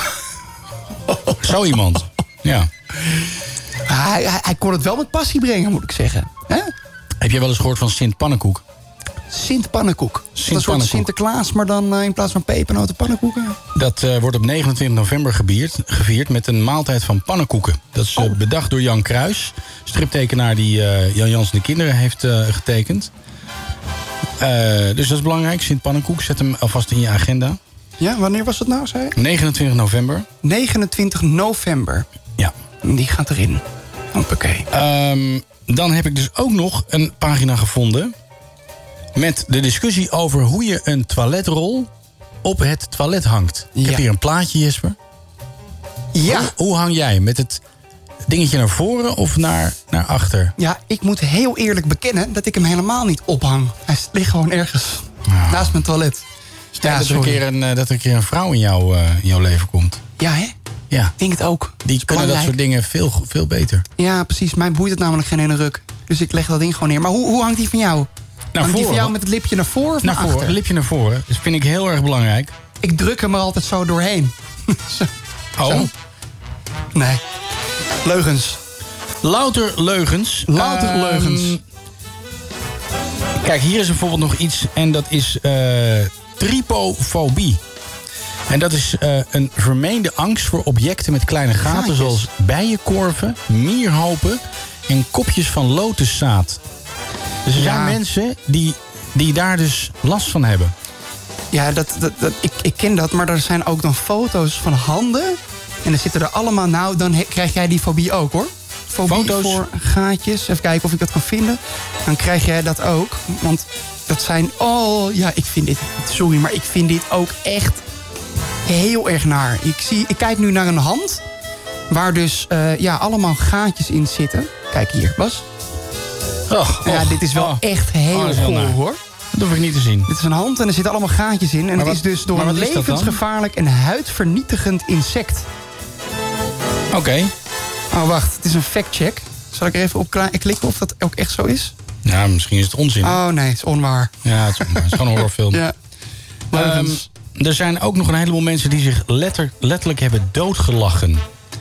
Zo iemand, ja. Hij, hij, hij kon het wel met passie brengen, moet ik zeggen. Hè? Heb jij wel eens gehoord van Sint Pannenkoek? Sint Pannenkoek. Sint Een soort Pannenkoek. Sinterklaas, maar dan uh, in plaats van pepernoten pannenkoeken. Dat uh, wordt op negenentwintig november gevierd, gevierd met een maaltijd van pannenkoeken. Dat is uh, Oh. bedacht door Jan Kruis, striptekenaar die uh, Jan Jans en de Kinderen heeft uh, getekend. Uh, dus dat is belangrijk, Sint Pannenkoek. Zet hem alvast in je agenda. Ja, wanneer was het nou, zei je? negenentwintig november. negenentwintig november. Ja. Die gaat erin. Hoppakee. Um, dan heb ik dus ook nog een pagina gevonden met de discussie over hoe je een toiletrol op het toilet hangt. Ik Ja. heb hier een plaatje, Jesper. Ja. Hoe, hoe hang jij? Met het dingetje naar voren of naar, naar achter? Ja, ik moet heel eerlijk bekennen dat ik hem helemaal niet ophang. Hij ligt gewoon ergens naast mijn toilet. Ja, dat, er een keer een, uh, dat er een keer een vrouw in, jou, uh, in jouw leven komt. Ja, hè? Ja. Ik denk het ook. Die kunnen dat soort dingen veel, veel beter. Ja, precies. Mij boeit het namelijk geen ene ruk. Dus ik leg dat ding gewoon neer. Maar hoe, hoe hangt die van jou? Naar hangt die voren. van jou met het lipje naar voren of Naar naar, voren, achter? een lipje naar voren. Dat vind ik heel erg belangrijk. Ik druk hem er altijd zo doorheen. zo. Oh. Zo. Nee. Leugens. Louter leugens. Louter Ehm, leugens. Kijk, hier is bijvoorbeeld nog iets en dat is uh, tripofobie. En dat is uh, een vermeende angst voor objecten met kleine gaten... Gaatjes. zoals bijenkorven, mierhopen en kopjes van lotuszaad. Dus er Ja. zijn mensen die, die daar dus last van hebben. Ja, dat, dat, dat, ik, ik ken dat. Maar er zijn ook dan foto's van handen. En dan zitten er allemaal... Nou, dan he- krijg jij die fobie ook, hoor. Fobie Foto's? voor gaatjes. Even kijken of ik dat kan vinden. Dan krijg jij dat ook. Want dat zijn... Oh, ja, ik vind dit... Sorry, maar ik vind dit ook echt heel erg naar. Ik, zie, ik kijk nu naar een hand... waar dus uh, ja, allemaal gaatjes in zitten. Kijk hier, Bas. Och, Ja, och, dit is wel oh. echt heel Oh, dat is heel goor, naar. hoor. Dat hoef ik niet te zien. Dit is een hand en er zitten allemaal gaatjes in. En Maar het wat- is dus door maar een wat is dat dan? levensgevaarlijk en huidvernietigend insect. Oké. Okay. Oh, wacht. Het is een factcheck. Zal ik er even op kla- klikken of dat ook echt zo is? Ja, misschien is het onzin. Oh nee, het is onwaar. Ja, het is, onwaar. Het is gewoon een horrorfilm. Ja. Leugens. Um, er zijn ook nog een heleboel mensen die zich letter, letterlijk hebben doodgelachen.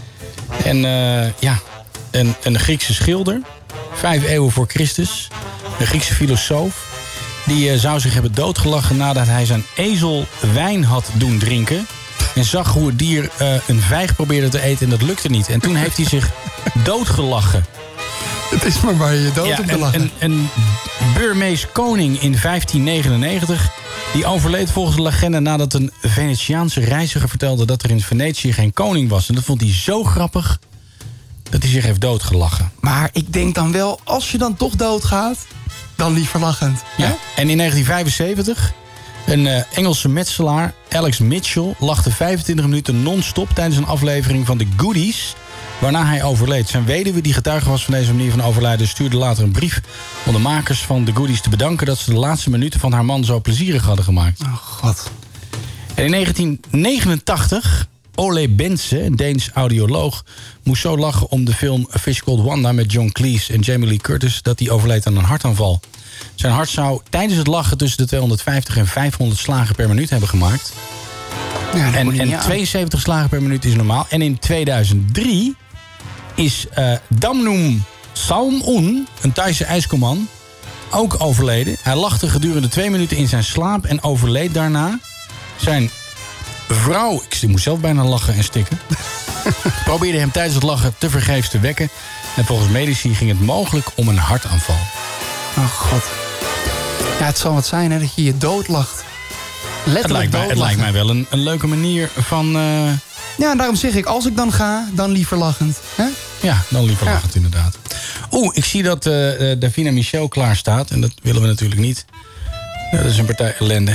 En uh, ja, een, een Griekse schilder, vijf eeuwen voor Christus, een Griekse filosoof, die uh, zou zich hebben doodgelachen nadat hij zijn ezel wijn had doen drinken. En zag hoe het dier uh, een vijg probeerde te eten en dat lukte niet. En toen heeft hij zich doodgelachen. Het is maar waar je je dood Ja, op te een, lachen. een, een Burmees koning in vijftien negenennegentig... die overleed volgens de legende nadat een Venetiaanse reiziger vertelde... dat er in Venetië geen koning was. En dat vond hij zo grappig dat hij zich heeft doodgelachen. Maar ik denk dan wel, als je dan toch doodgaat... dan liever lachend. Ja. Hè? En in negentien vijfenzeventig... een uh, Engelse metselaar, Alex Mitchell... lachte vijfentwintig minuten non-stop tijdens een aflevering van The Goodies... waarna hij overleed. Zijn weduwe, die getuige was van deze manier van overlijden... stuurde later een brief om de makers van The Goodies te bedanken... dat ze de laatste minuten van haar man zo plezierig hadden gemaakt. Oh god. En in negentien negenentachtig... Ole Bense, een Deens audioloog... moest zo lachen om de film A Fish Called Wanda... met John Cleese en Jamie Lee Curtis... dat hij overleed aan een hartaanval. Zijn hart zou tijdens het lachen tussen de tweehonderdvijftig en vijfhonderd slagen per minuut hebben gemaakt. Ja, dat moet en je en niet aan. tweeënzeventig slagen per minuut is normaal. En in tweeduizend drie is uh, Damnoen Salmun, een Thaise ijskoman, ook overleden. Hij lachte gedurende twee minuten in zijn slaap en overleed daarna. Zijn vrouw, ik moest zelf bijna lachen en stikken, probeerde hem tijdens het lachen tevergeefs te wekken. En volgens medici ging het mogelijk om een hartaanval. Oh god. Ja, het zal wat zijn hè, dat je je doodlacht. Het Letterlijk lijkt, mij, het lijkt mij wel een, een leuke manier van... Uh... Ja, daarom zeg ik, als ik dan ga, dan liever lachend. Hè? Ja, dan liever Ja. lachend inderdaad. Oeh, ik zie dat uh, Davina Michel klaar staat. En dat willen we natuurlijk niet. Ja, dat is een partij ellende.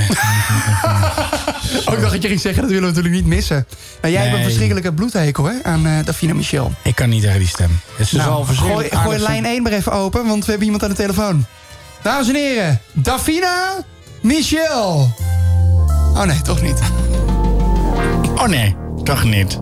Oh, ik dacht dat je ging zeggen, dat willen we natuurlijk niet missen. Nou, jij Nee. hebt een verschrikkelijke bloedhekel hè, aan uh, Davina Michel. Ik kan niet tegen die stem. Het is Nou, al verschrikkelijk gooi, gooi aardig lijn één maar even open, want we hebben iemand aan de telefoon. Dames en heren, Davina Michel. Oh nee, toch niet. Oh nee, toch niet.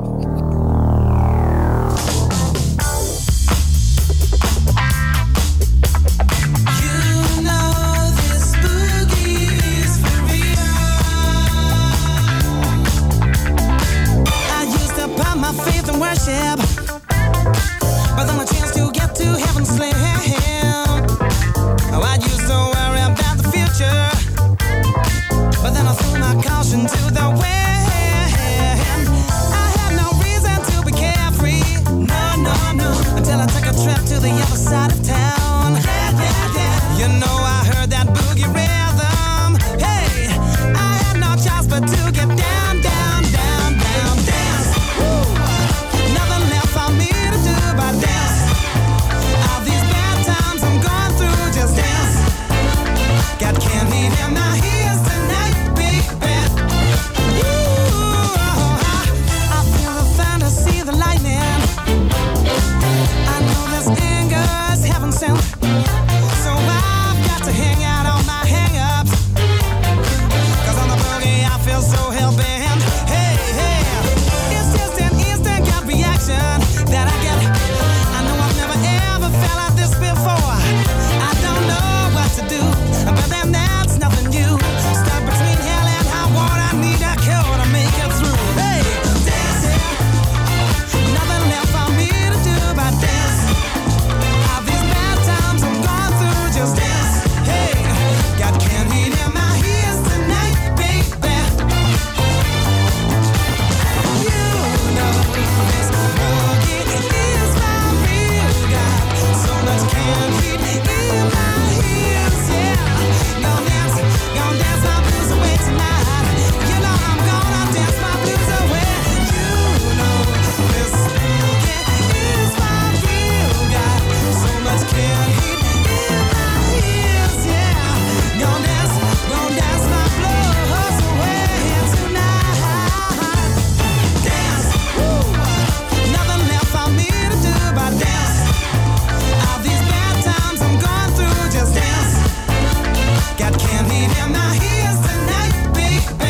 have my heels tonight, baby.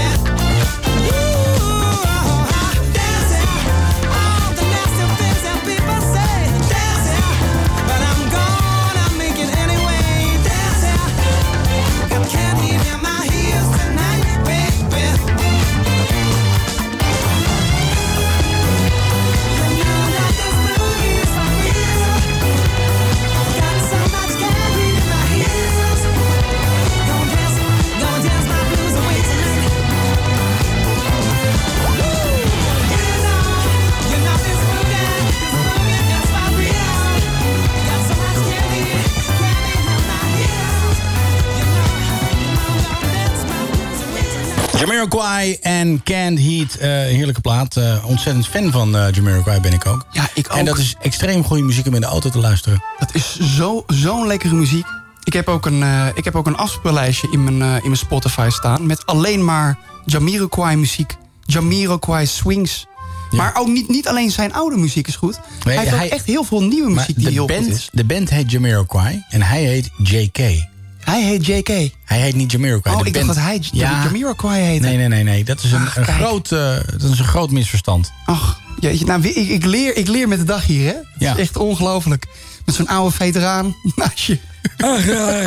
Jamiroquai en Canned Heat, uh, heerlijke plaat. Uh, ontzettend fan van uh, Jamiroquai ben ik ook. Ja, ik ook. En dat is extreem goede muziek om in de auto te luisteren. Dat is zo, zo'n lekkere muziek. Ik heb ook een, uh, ik heb ook een afspeellijstje in mijn, uh, in mijn Spotify staan... met alleen maar Jamiroquai muziek. Jamiroquai swings. Ja. Maar ook niet, niet alleen zijn oude muziek is goed. Nee, hij heeft hij, ook echt heel veel nieuwe muziek die heel band, goed is. De band heet Jamiroquai en hij heet J K. Hij heet J K. Hij heet niet Jamiroquai. Oh, de ik band... dacht dat hij ja. Jamiroquai heette. Nee, nee, nee, nee. Dat is een, Ach, een, groot, uh, dat is een groot misverstand. Ach, jeetje, nou, ik, ik, leer, ik leer met de dag hier, hè? Het ja. is echt ongelooflijk. Met zo'n oude veteraan naast je. Ach, ja,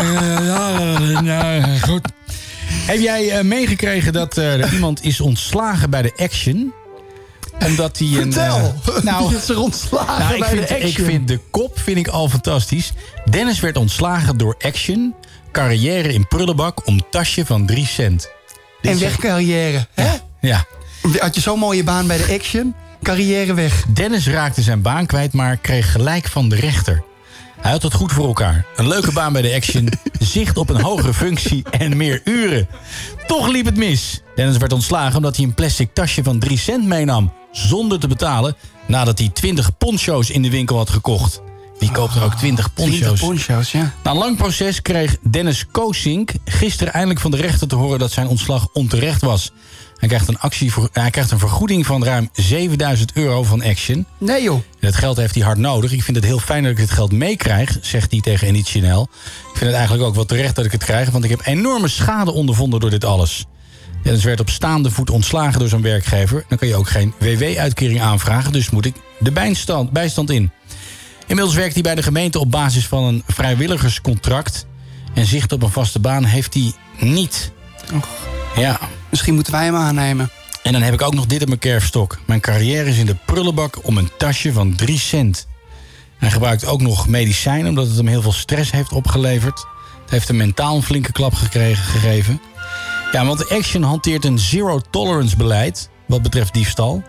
ja, ja, ja, goed. Heb jij uh, meegekregen dat uh, er iemand is ontslagen bij de Action... Omdat hij een. Vertel! Uh, nou, is er ontslagen nou, ik bij vind, de Action. Ik vind de kop vind ik al fantastisch. Dennis werd ontslagen door Action. Carrière in prullenbak om tasje van drie cent. Dit en weg carrière, hè? Ja. Had je zo'n mooie baan bij de Action? Carrière weg. Dennis raakte zijn baan kwijt, maar kreeg gelijk van de rechter. Hij had het goed voor elkaar. Een leuke baan bij de Action, zicht op een hogere functie en meer uren. Toch liep het mis. Dennis werd ontslagen omdat hij een plastic tasje van drie cent meenam... zonder te betalen, nadat hij twintig poncho's in de winkel had gekocht. Wie koopt er ook twintig poncho's? twintig poncho's, ja. Na een lang proces kreeg Dennis Koosink gisteren eindelijk van de rechter te horen... dat zijn ontslag onterecht was. Hij krijgt een, actie voor, hij krijgt een vergoeding van ruim zevenduizend euro van Action. Nee joh. En dat geld heeft hij hard nodig. Ik vind het heel fijn dat ik het geld meekrijg, zegt hij tegen Editionel. Ik vind het eigenlijk ook wel terecht dat ik het krijg... want ik heb enorme schade ondervonden door dit alles. Dennis werd op staande voet ontslagen door zijn werkgever. Dan kan je ook geen W W-uitkering aanvragen, dus moet ik de bijstand, bijstand in. Inmiddels werkt hij bij de gemeente op basis van een vrijwilligerscontract. En zicht op een vaste baan heeft hij niet. Och. Ja. Misschien moeten wij hem aannemen. En dan heb ik ook nog dit op mijn kerfstok. Mijn carrière is in de prullenbak om een tasje van drie cent. Hij gebruikt ook nog medicijnen omdat het hem heel veel stress heeft opgeleverd. Het heeft hem mentaal een flinke klap gekregen, gegeven. Ja, want de Action hanteert een zero-tolerance beleid wat betreft diefstal.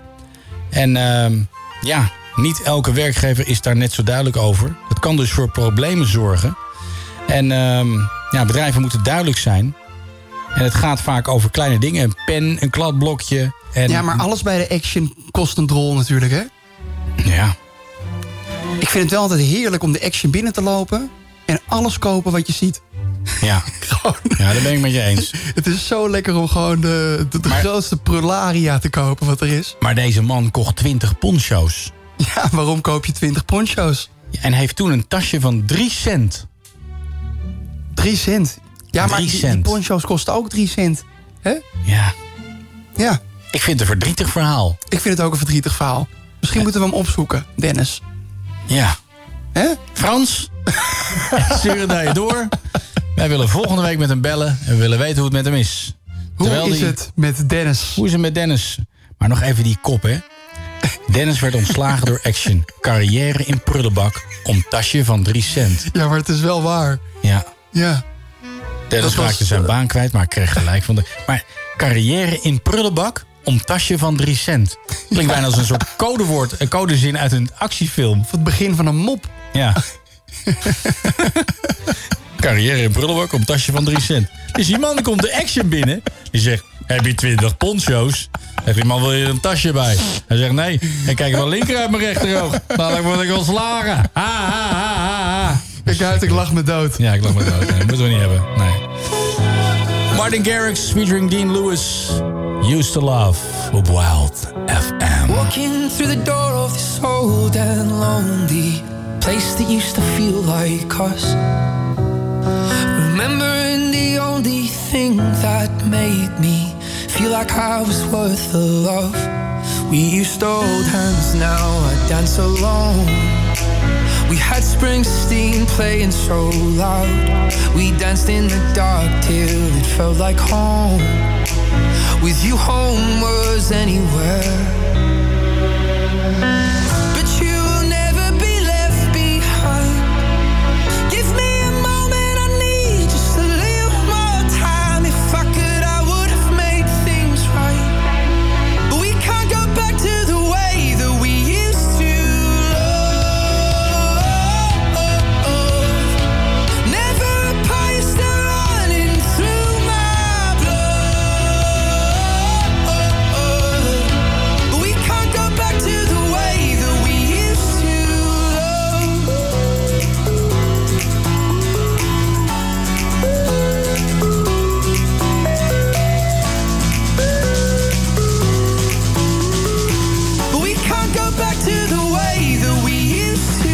En uh, ja, niet elke werkgever is daar net zo duidelijk over. Dat kan dus voor problemen zorgen. En uh, ja, bedrijven moeten duidelijk zijn. En het gaat vaak over kleine dingen. Een pen, een kladblokje. En... Ja, maar alles bij de Action kost een drol natuurlijk, hè? Ja. Ik vind het wel altijd heerlijk om de Action binnen te lopen... en alles kopen wat je ziet. Ja, ja, dat ben ik met je eens. Het is zo lekker om gewoon de, de, de maar, grootste prularia te kopen wat er is. Maar deze man kocht twintig poncho's. Ja, waarom koop je twintig poncho's? Ja, en heeft toen een tasje van drie cent. drie cent? Ja, maar die, die poncho's kosten ook drie cent. Hè? Ja. Ja. Ik vind het een verdrietig verhaal. Ik vind het ook een verdrietig verhaal. Misschien ja. moeten we hem opzoeken, Dennis. Ja. Hè? Frans, stuur het naar je door. Wij willen volgende week met hem bellen en we willen weten hoe het met hem is. Hoe Terwijl is die... het met Dennis? Hoe is het met Dennis? Maar nog even die kop, hè. Dennis werd ontslagen door Action. Carrière in prullenbak om tasje van drie cent. Ja, maar het is wel waar. Ja. Ja. Dennis was... raakte zijn baan kwijt, maar kreeg gelijk van de... Maar carrière in prullenbak om tasje van drie cent. Klinkt bijna als een soort codewoord, een codezin uit een actiefilm. Of het begin van een mop. Ja. Carrière in prullenbak om tasje van drie cent. Dus die man die komt de Action binnen. Die zegt, heb je twintig poncho's? Zegt die man, wil je er een tasje bij? Hij zegt, nee. En kijk wel linker uit mijn rechteroog. Dadelijk word ik ontslagen. Ha, ha, ha, ha, ha. Kijk uit, ik lach me dood. Ja, ik lach me dood. Nee, dat moeten we niet hebben. Nee. Martin Garrix featuring Dean Lewis. Used to Love op Wild F M. Walking through the door of this old and lonely place that used to feel like us. Remembering the only thing that made me feel like I was worth the love. We used to hold hands, now I dance alone. We had Springsteen playing so loud. We danced in the dark till it felt like home. With you home was anywhere. But you will never be left behind. Give me a moment, I need just a little more time. If I could, I would have made things right. But we can't go back to the way that we used to love. Never a part still running through my blood. But we can't go back to the way that we used to love. But we can't go back to the way that we used to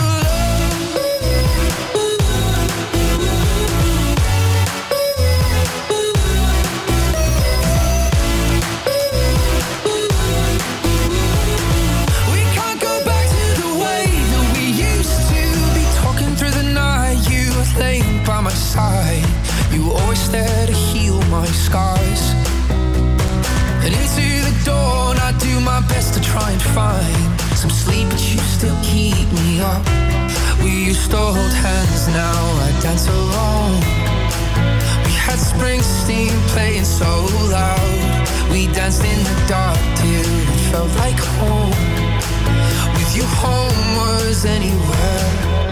We can't go back to the way that we used to be. Talking through the night, you were laying by my side. You were always there to heal my scars. And into the dawn, I do my best to try and find some sleep, but you still keep me up. We used to hold hands, now I dance alone. We had Springsteen playing so loud. We danced in the dark till it felt like home. With you, home was anywhere.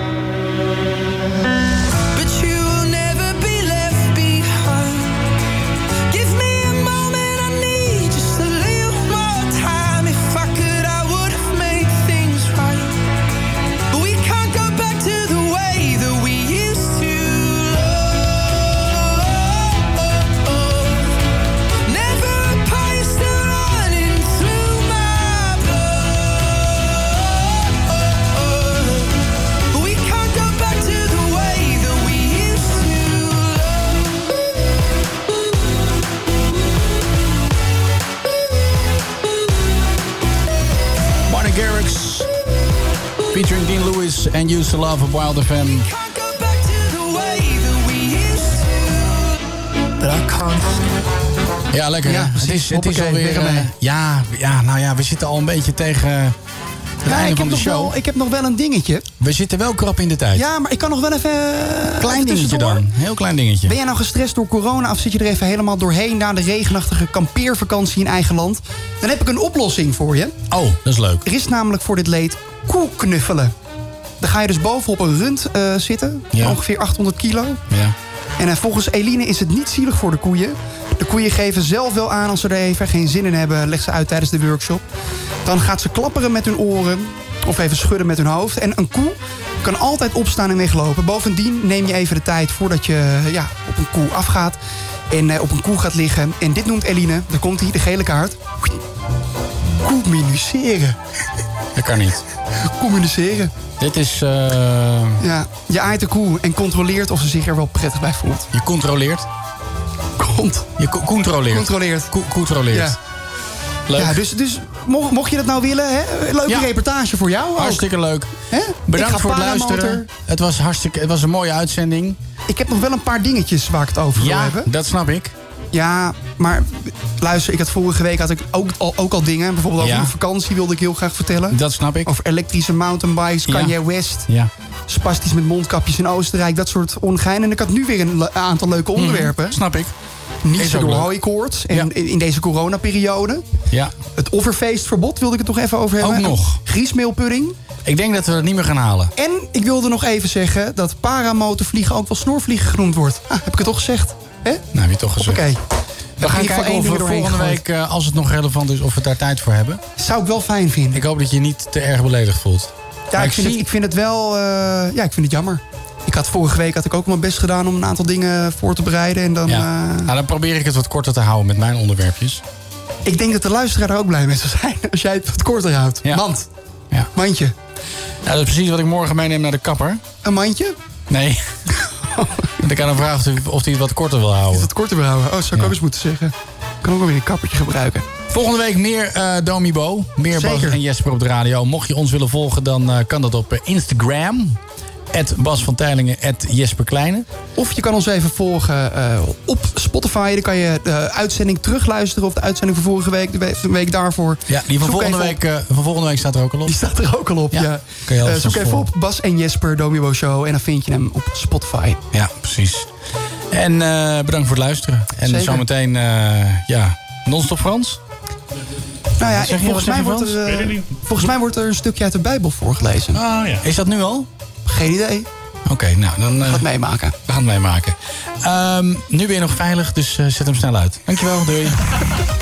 But you will never be left behind. Give me a moment, I need just a little more time. If I could, I would have made things right. But we can't go back to the way that we used to love. Never a part still running through my blood. But we can't go back to the way that we used to Martin Garrix featuring Dean Lewis and Used to Love op Wild F M. Ja, lekker. Ja, hè? Het is, het is Hoppakee, alweer. weg ermee. eh, ja, ja, nou ja, we zitten al een beetje tegen het Ja, einde ik, van heb de nog show. wel, ik heb nog wel een dingetje. We zitten wel krap in de tijd. Ja, maar ik kan nog wel even... Klein even dingetje tussendoor. dan. Heel klein dingetje. Ben jij nou gestrest door corona of zit je er even helemaal doorheen... na de regenachtige kampeervakantie in eigen land? Dan heb ik een oplossing voor je. Oh, dat is leuk. Er is namelijk voor dit leed koeknuffelen. Dan ga je dus bovenop een rund eh, zitten. Ja. Ongeveer achthonderd kilo. Ja. En eh, volgens Eline is het niet zielig voor de koeien. De koeien geven zelf wel aan als ze er even geen zin in hebben. Legt ze uit tijdens de workshop. Dan gaat ze klapperen met hun oren. Of even schudden met hun hoofd. En een koe kan altijd opstaan en weglopen. Bovendien neem je even de tijd voordat je ja, op een koe afgaat. En eh, op een koe gaat liggen. En dit noemt Eline, daar komt hij, de gele kaart. Communiceren. Dat kan niet. Communiceren. Dit is... eh, Ja, je aait de koe en controleert of ze zich er wel prettig bij voelt. Je controleert? Kont. Je co- controleert. Controleert. Co- controleert. Ja. Leuk. Ja, dus, dus mocht, mocht je dat nou willen, hè? Leuke Ja. reportage voor jou ook. Hartstikke leuk. Hè? Bedankt Ik ga voor het paramotor. luisteren. Het was, hartstikke, het was een mooie uitzending. Ik heb nog wel een paar dingetjes waar ik het over wil Ja, hebben. dat snap ik. Ja, maar luister, ik had vorige week had ik ook al, ook al dingen. Bijvoorbeeld over Ja. mijn vakantie wilde ik heel graag vertellen. Dat snap ik. Over elektrische mountainbikes, Ja. Kanye West. Ja. Spastisch met mondkapjes in Oostenrijk. Dat soort ongein. En ik had nu weer een le- aantal leuke onderwerpen. Mhm, snap ik. Niet Is zo ook door leuk. hooikoorts. En in, in deze coronaperiode. Ja. Het offerfeestverbod wilde ik het nog even over hebben. Ook nog. Griesmeelpudding. Ik denk dat we het niet meer gaan halen. En ik wilde nog even zeggen dat paramotorvliegen ook wel snorvliegen genoemd wordt. Ah, heb ik het toch gezegd? Hè? Nou, heb je toch gezegd. Oké. We gaan kijken of we volgende week, eh, als het nog relevant is, of we daar tijd voor hebben. Zou ik wel fijn vinden. Ik hoop dat je je niet te erg beledigd voelt. Ja, Maar ik vind, zie- het, ik vind het wel... eh, ja, ik vind het jammer. Ik had vorige week had ik ook mijn best gedaan om een aantal dingen voor te bereiden. En dan, Ja. eh, Nou, dan probeer ik het wat korter te houden met mijn onderwerpjes. ik denk dat de luisteraar er ook blij mee zou zijn als jij het wat korter houdt. Ja. Mand. Ja. Mandje. Nou, dat is precies wat ik morgen meeneem naar de kapper. Een mandje? Nee. En ik kan hem vragen of hij, of hij het wat korter wil houden. Of het korter wil houden. Oh, dat zou ik ook eens moeten zeggen. Ik kan ook wel weer een kappertje gebruiken. Volgende week meer uh, Domibo. Meer Bas en Jesper op de radio. Mocht je ons willen volgen, dan uh, kan dat op uh, Instagram. at Bas van Teylingen, at Jesper Kleine. Of je kan ons even volgen uh, op Spotify. Dan kan je de uitzending terugluisteren. Of de uitzending van vorige week, de week, de week daarvoor. Ja, die van volgende, week, uh, van volgende week staat er ook al op. Die staat er ook al op, ja. ja. Kan je uh, zoek even op Bas en Jesper Domibo Show. En dan vind je hem op Spotify. Ja, precies. En uh, bedankt voor het luisteren. En Zeker. zometeen, uh, ja, non-stop Frans. Nou ja, je, volgens, mij wordt er, uh, volgens mij wordt er een stukje uit de Bijbel voorgelezen. Ah, ja. Is dat nu al? Geen idee. Oké, okay, nou dan... Uh, Ga het meemaken. We gaan het meemaken. Um, nu ben je nog veilig, dus uh, zet hem snel uit. Dankjewel, doei.